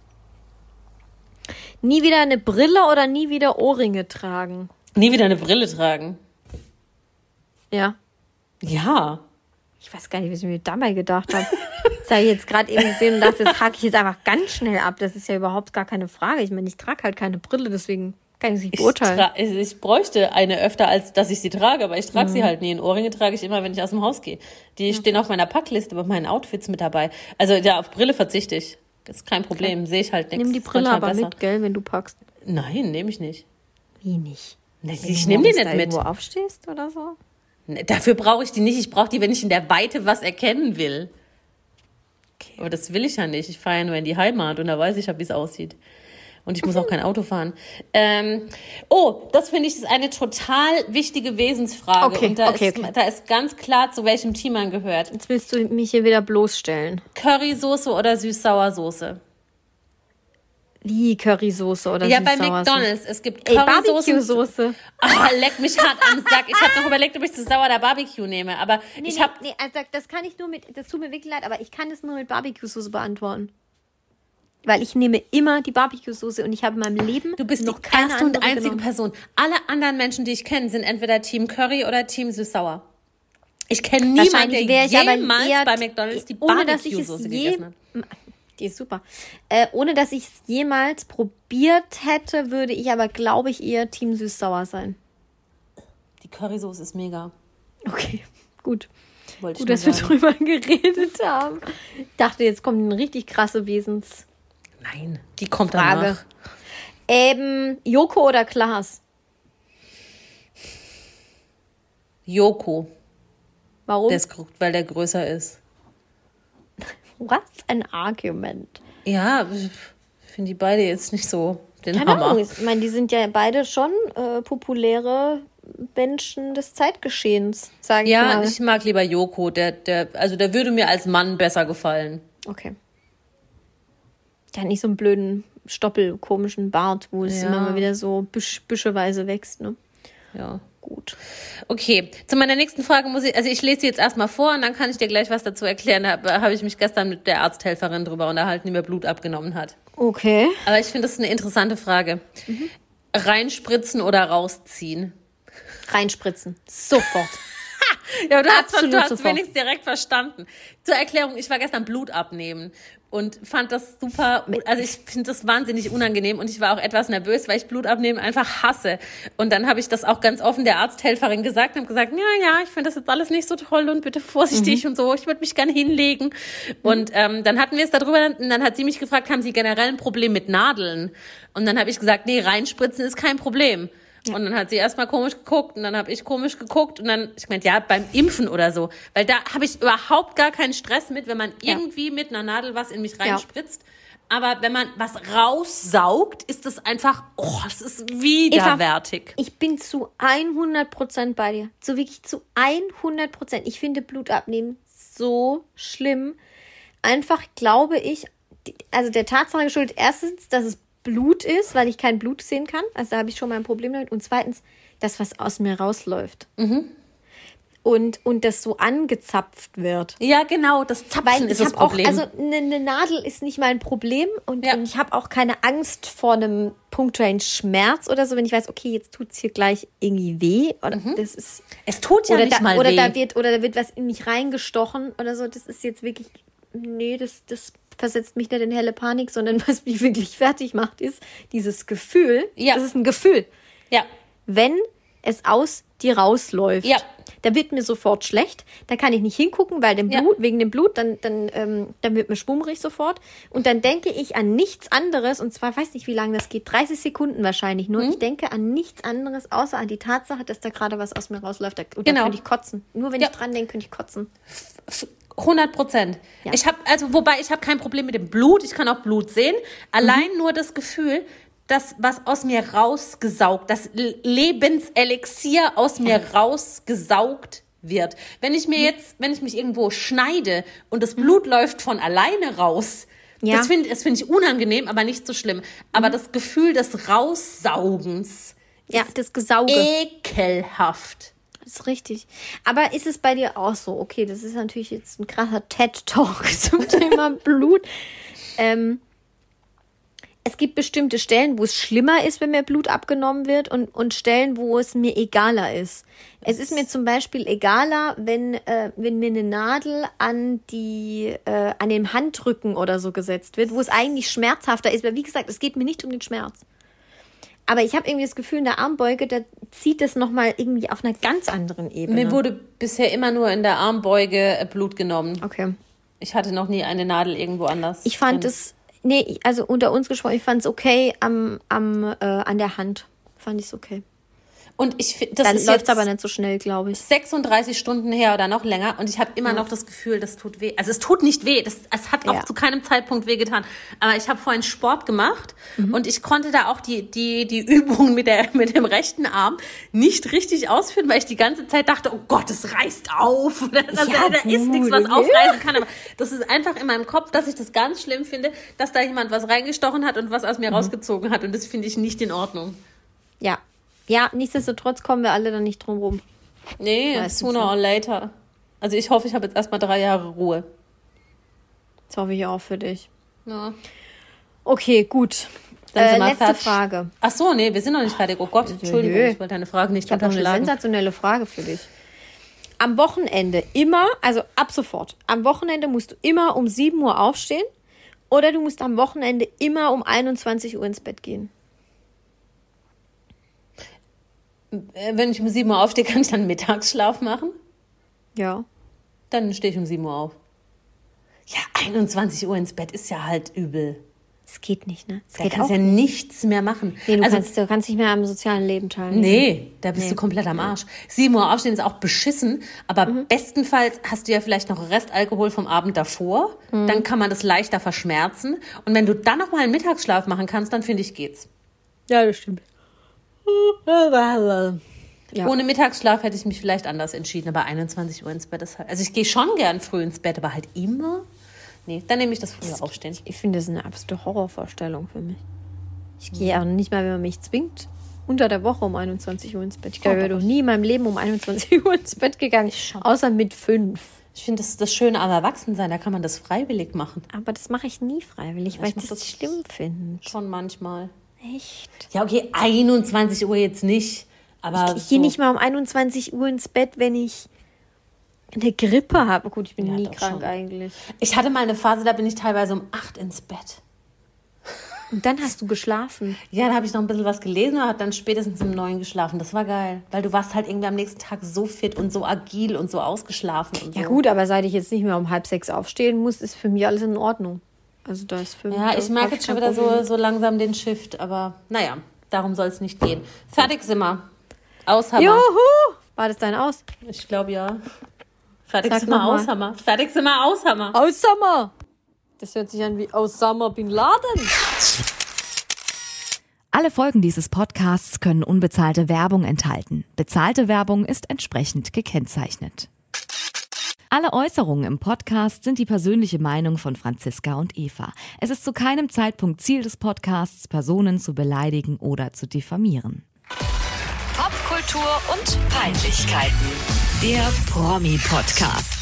Nie wieder eine Brille oder nie wieder Ohrringe tragen? Nie wieder eine Brille tragen? Ja. Ja. Ich weiß gar nicht, was ich mir dabei gedacht habe. Das habe ich jetzt gerade eben gesehen und dachte, das hake ich jetzt einfach ganz schnell ab. Das ist ja überhaupt gar keine Frage. Ich meine, ich trage halt keine Brille, deswegen kann ich sie nicht beurteilen. Ich bräuchte eine öfter, als dass ich sie trage, aber ich trage sie halt nie. Und Ohrringe trage ich immer, wenn ich aus dem Haus gehe. Die stehen auf meiner Packliste bei meinen Outfits mit dabei. Also ja, auf Brille verzichte ich. Das ist kein Problem, sehe ich halt nichts. Nimm die Brille aber besser mit, gell, wenn du packst. Nein, nehme ich nicht. Wie nicht? Ich nehme die nicht mit. Wenn du irgendwo aufstehst oder so? Dafür brauche ich die nicht. Ich brauche die, wenn ich in der Weite was erkennen will. Okay. Aber das will ich ja nicht. Ich fahre ja nur in die Heimat und da weiß ich ja, wie es aussieht. Und ich muss auch kein Auto fahren. Das finde ich ist eine total wichtige Wesensfrage. Okay, und da ist ganz klar, zu welchem Team man gehört. Jetzt willst du mich hier wieder bloßstellen. Currysoße oder Süß-Sauersoße? Wie Currysoße oder ja, Süß-Sauersoße? Ja, bei McDonald's. Es gibt Currysoße. Barbecue-Soße. Leck mich hart am Sack. Ich habe noch überlegt, ob ich zu sauer oder Barbecue nehme. Aber also das kann ich nur das tut mir wirklich leid, aber ich kann das nur mit Barbecue-Soße beantworten. Weil ich nehme immer die Barbecue-Soße und ich habe in meinem Leben Du bist noch die keine erste und andere einzige genommen. Person. Alle anderen Menschen, die ich kenne, sind entweder Team Curry oder Team Süß-Sauer. Ich kenne niemanden, der jemals bei McDonald's die Barbecue-Soße gegessen hat. Die ist super. Ohne dass ich es jemals probiert hätte, würde ich aber, glaube ich, eher Team Süß-Sauer sein. Die Currysoße ist mega. Okay, gut. Gut, dass wir drüber geredet haben. Ich dachte, jetzt kommt eine richtig krasse Nein, die kommt danach. Joko oder Klaas? Joko. Warum? Weil der größer ist. Was ein Argument. Ja, ich finde die beide jetzt nicht so den Keine Hammer. Ahnung, ich meine, die sind ja beide schon populäre Menschen des Zeitgeschehens, sage ich mal. Ja, ich mag lieber Joko. Der würde mir als Mann besser gefallen. Okay. Der hat nicht so einen blöden, komischen Bart, wo es immer mal wieder so büscheweise wächst, ne? Ja. Gut. Okay, zu meiner nächsten Frage ich lese sie jetzt erstmal vor und dann kann ich dir gleich was dazu erklären. Da habe ich mich gestern mit der Arzthelferin drüber unterhalten, die mir Blut abgenommen hat. Okay. Aber ich finde, das ist eine interessante Frage. Reinspritzen oder rausziehen? Reinspritzen. Sofort. Ja, du hast sofort. wenigstens direkt verstanden. Zur Erklärung, ich war gestern Blut abnehmen und fand das super, also ich finde das wahnsinnig unangenehm und ich war auch etwas nervös, weil ich Blut abnehmen einfach hasse. Und dann habe ich das auch ganz offen der Arzthelferin gesagt und habe gesagt, ja, ich finde das jetzt alles nicht so toll und bitte vorsichtig und so, ich würde mich gerne hinlegen. Und dann hatten wir es darüber und dann hat sie mich gefragt, haben Sie generell ein Problem mit Nadeln? Und dann habe ich gesagt, nee, reinspritzen ist kein Problem. Und dann hat sie erstmal komisch geguckt und dann habe ich komisch geguckt und dann, ich meinte, ja, beim Impfen oder so. Weil da habe ich überhaupt gar keinen Stress mit, wenn man irgendwie mit einer Nadel was in mich reinspritzt. Aber wenn man was raussaugt, ist das einfach, es ist widerwärtig. Eva, ich bin zu 100% bei dir. So wirklich zu 100%. Ich finde Blut abnehmen so schlimm. Einfach glaube ich, also der Tatsache geschuldet, erstens, dass es Blut ist, weil ich kein Blut sehen kann. Also da habe ich schon mal ein Problem damit. Und zweitens, das, was aus mir rausläuft. Und das so angezapft wird. Ja, genau, das Zapfen ist das Problem. Also eine Nadel ist nicht mein Problem. Und ich habe auch keine Angst vor einem punktuellen Schmerz oder so, wenn ich weiß, okay, jetzt tut es hier gleich irgendwie weh. Oder das ist, es tut ja nicht mal weh. Da wird was in mich reingestochen oder so. Das ist jetzt wirklich, nee, das versetzt mich nicht in helle Panik, sondern was mich wirklich fertig macht, ist dieses Gefühl. Ja. Das ist ein Gefühl. Ja. Wenn es aus dir rausläuft, da wird mir sofort schlecht. Da kann ich nicht hingucken, weil wegen dem Blut, dann wird mir schwummrig sofort. Und dann denke ich an nichts anderes, und zwar, weiß nicht, wie lange das geht, 30 Sekunden wahrscheinlich nur. Ich denke an nichts anderes, außer an die Tatsache, dass da gerade was aus mir rausläuft. Und dann könnte ich kotzen. Nur wenn ich dran denke, könnte ich kotzen. 100%. Ja. Ich habe kein Problem mit dem Blut. Ich kann auch Blut sehen. Allein nur das Gefühl, dass was aus mir rausgesaugt, das Lebenselixier aus mir rausgesaugt wird. Wenn ich mich irgendwo schneide und das Blut läuft von alleine raus, das finde ich unangenehm, aber nicht so schlimm. Aber das Gefühl des Raussaugens, das Gesauge, ekelhaft. Das ist richtig. Aber ist es bei dir auch so? Okay, das ist natürlich jetzt ein krasser TED-Talk zum Thema Blut. Es gibt bestimmte Stellen, wo es schlimmer ist, wenn mir Blut abgenommen wird und Stellen, wo es mir egaler ist. Es ist mir zum Beispiel egaler, wenn mir eine Nadel an den Handrücken oder so gesetzt wird, wo es eigentlich schmerzhafter ist. Weil wie gesagt, es geht mir nicht um den Schmerz. Aber ich habe irgendwie das Gefühl, in der Armbeuge, da zieht es nochmal irgendwie auf einer ganz anderen Ebene. Mir wurde bisher immer nur in der Armbeuge Blut genommen. Okay. Ich hatte noch nie eine Nadel irgendwo anders. Ich fand also unter uns gesprochen, ich fand es okay an der Hand. Fand ich es okay. Und das läuft es aber nicht so schnell, glaube ich. 36 Stunden her oder noch länger und ich habe immer noch das Gefühl, das tut weh. Also es tut nicht weh, es hat auch zu keinem Zeitpunkt weh getan. Aber ich habe vorhin Sport gemacht und ich konnte da auch die Übung mit dem rechten Arm nicht richtig ausführen, weil ich die ganze Zeit dachte, oh Gott, es reißt auf. Da ist nichts, was aufreißen kann. Aber das ist einfach in meinem Kopf, dass ich das ganz schlimm finde, dass da jemand was reingestochen hat und was aus mir rausgezogen hat. Und das finde ich nicht in Ordnung. Ja. Ja, nichtsdestotrotz kommen wir alle dann nicht drum rum. Nee, sooner or later. Also ich hoffe, ich habe jetzt erstmal 3 Jahre Ruhe. Das hoffe ich auch für dich. Ja. Okay, gut. Letzte Frage. Ach so, nee, wir sind noch nicht fertig. Oh Gott, Entschuldigung, ich wollte deine Frage nicht unterschlagen. Ich habe noch eine sensationelle Frage für dich. Am Wochenende also ab sofort, am Wochenende musst du immer um 7 Uhr aufstehen oder du musst am Wochenende immer um 21 Uhr ins Bett gehen. Wenn ich um 7 Uhr aufstehe, kann ich dann Mittagsschlaf machen? Ja. Dann stehe ich um 7 Uhr auf. Ja, 21 Uhr ins Bett ist ja halt übel. Es geht nicht, ne? Da kannst du ja nichts mehr machen. Nee, du kannst nicht mehr am sozialen Leben teilnehmen. Nee, da bist du komplett am Arsch. 7 Uhr aufstehen ist auch beschissen, aber bestenfalls hast du ja vielleicht noch Restalkohol vom Abend davor. Dann kann man das leichter verschmerzen. Und wenn du dann noch mal einen Mittagsschlaf machen kannst, dann finde ich, geht's. Ja, das stimmt. Ja. Ohne Mittagsschlaf hätte ich mich vielleicht anders entschieden, aber 21 Uhr ins Bett ist halt... Also ich gehe schon gern früh ins Bett, aber halt immer... Nee, dann nehme ich das früher aufstehen. Ich finde, das ist eine absolute Horrorvorstellung für mich. Ich gehe auch nicht mal, wenn man mich zwingt, unter der Woche um 21 Uhr ins Bett. Ich wäre doch nie in meinem Leben um 21 Uhr ins Bett gegangen, außer mit 5. Ich finde, das ist das Schöne am Erwachsensein, da kann man das freiwillig machen. Aber das mache ich nie freiwillig, weil ich das schlimm finde. Schon manchmal. Echt? Ja, okay, 21 Uhr jetzt nicht. Aber ich gehe nicht mal um 21 Uhr ins Bett, wenn ich eine Grippe habe. Gut, ich bin nie krank eigentlich. Ich hatte mal eine Phase, da bin ich teilweise um 8 ins Bett. Und dann hast du geschlafen? Ja, dann habe ich noch ein bisschen was gelesen und habe dann spätestens um 9 geschlafen. Das war geil, weil du warst halt irgendwie am nächsten Tag so fit und so agil und so ausgeschlafen. Und so. Ja gut, aber seit ich jetzt nicht mehr um 5:30 aufstehen muss, ist für mich alles in Ordnung. Also da ist für mich... Ja, ich merke jetzt schon wieder so langsam den Shift, aber naja, darum soll es nicht gehen. Fertig sind wir. Aushammer. Juhu! War das dein Aus? Ich glaube ja. Fertig sind wir, Aushammer. Fertig sind wir, Aushammer. Aushammer! Das hört sich an wie Osama Bin Laden. Alle Folgen dieses Podcasts können unbezahlte Werbung enthalten. Bezahlte Werbung ist entsprechend gekennzeichnet. Alle Äußerungen im Podcast sind die persönliche Meinung von Franziska und Eva. Es ist zu keinem Zeitpunkt Ziel des Podcasts, Personen zu beleidigen oder zu diffamieren. Popkultur und Peinlichkeiten. Der Promi-Podcast.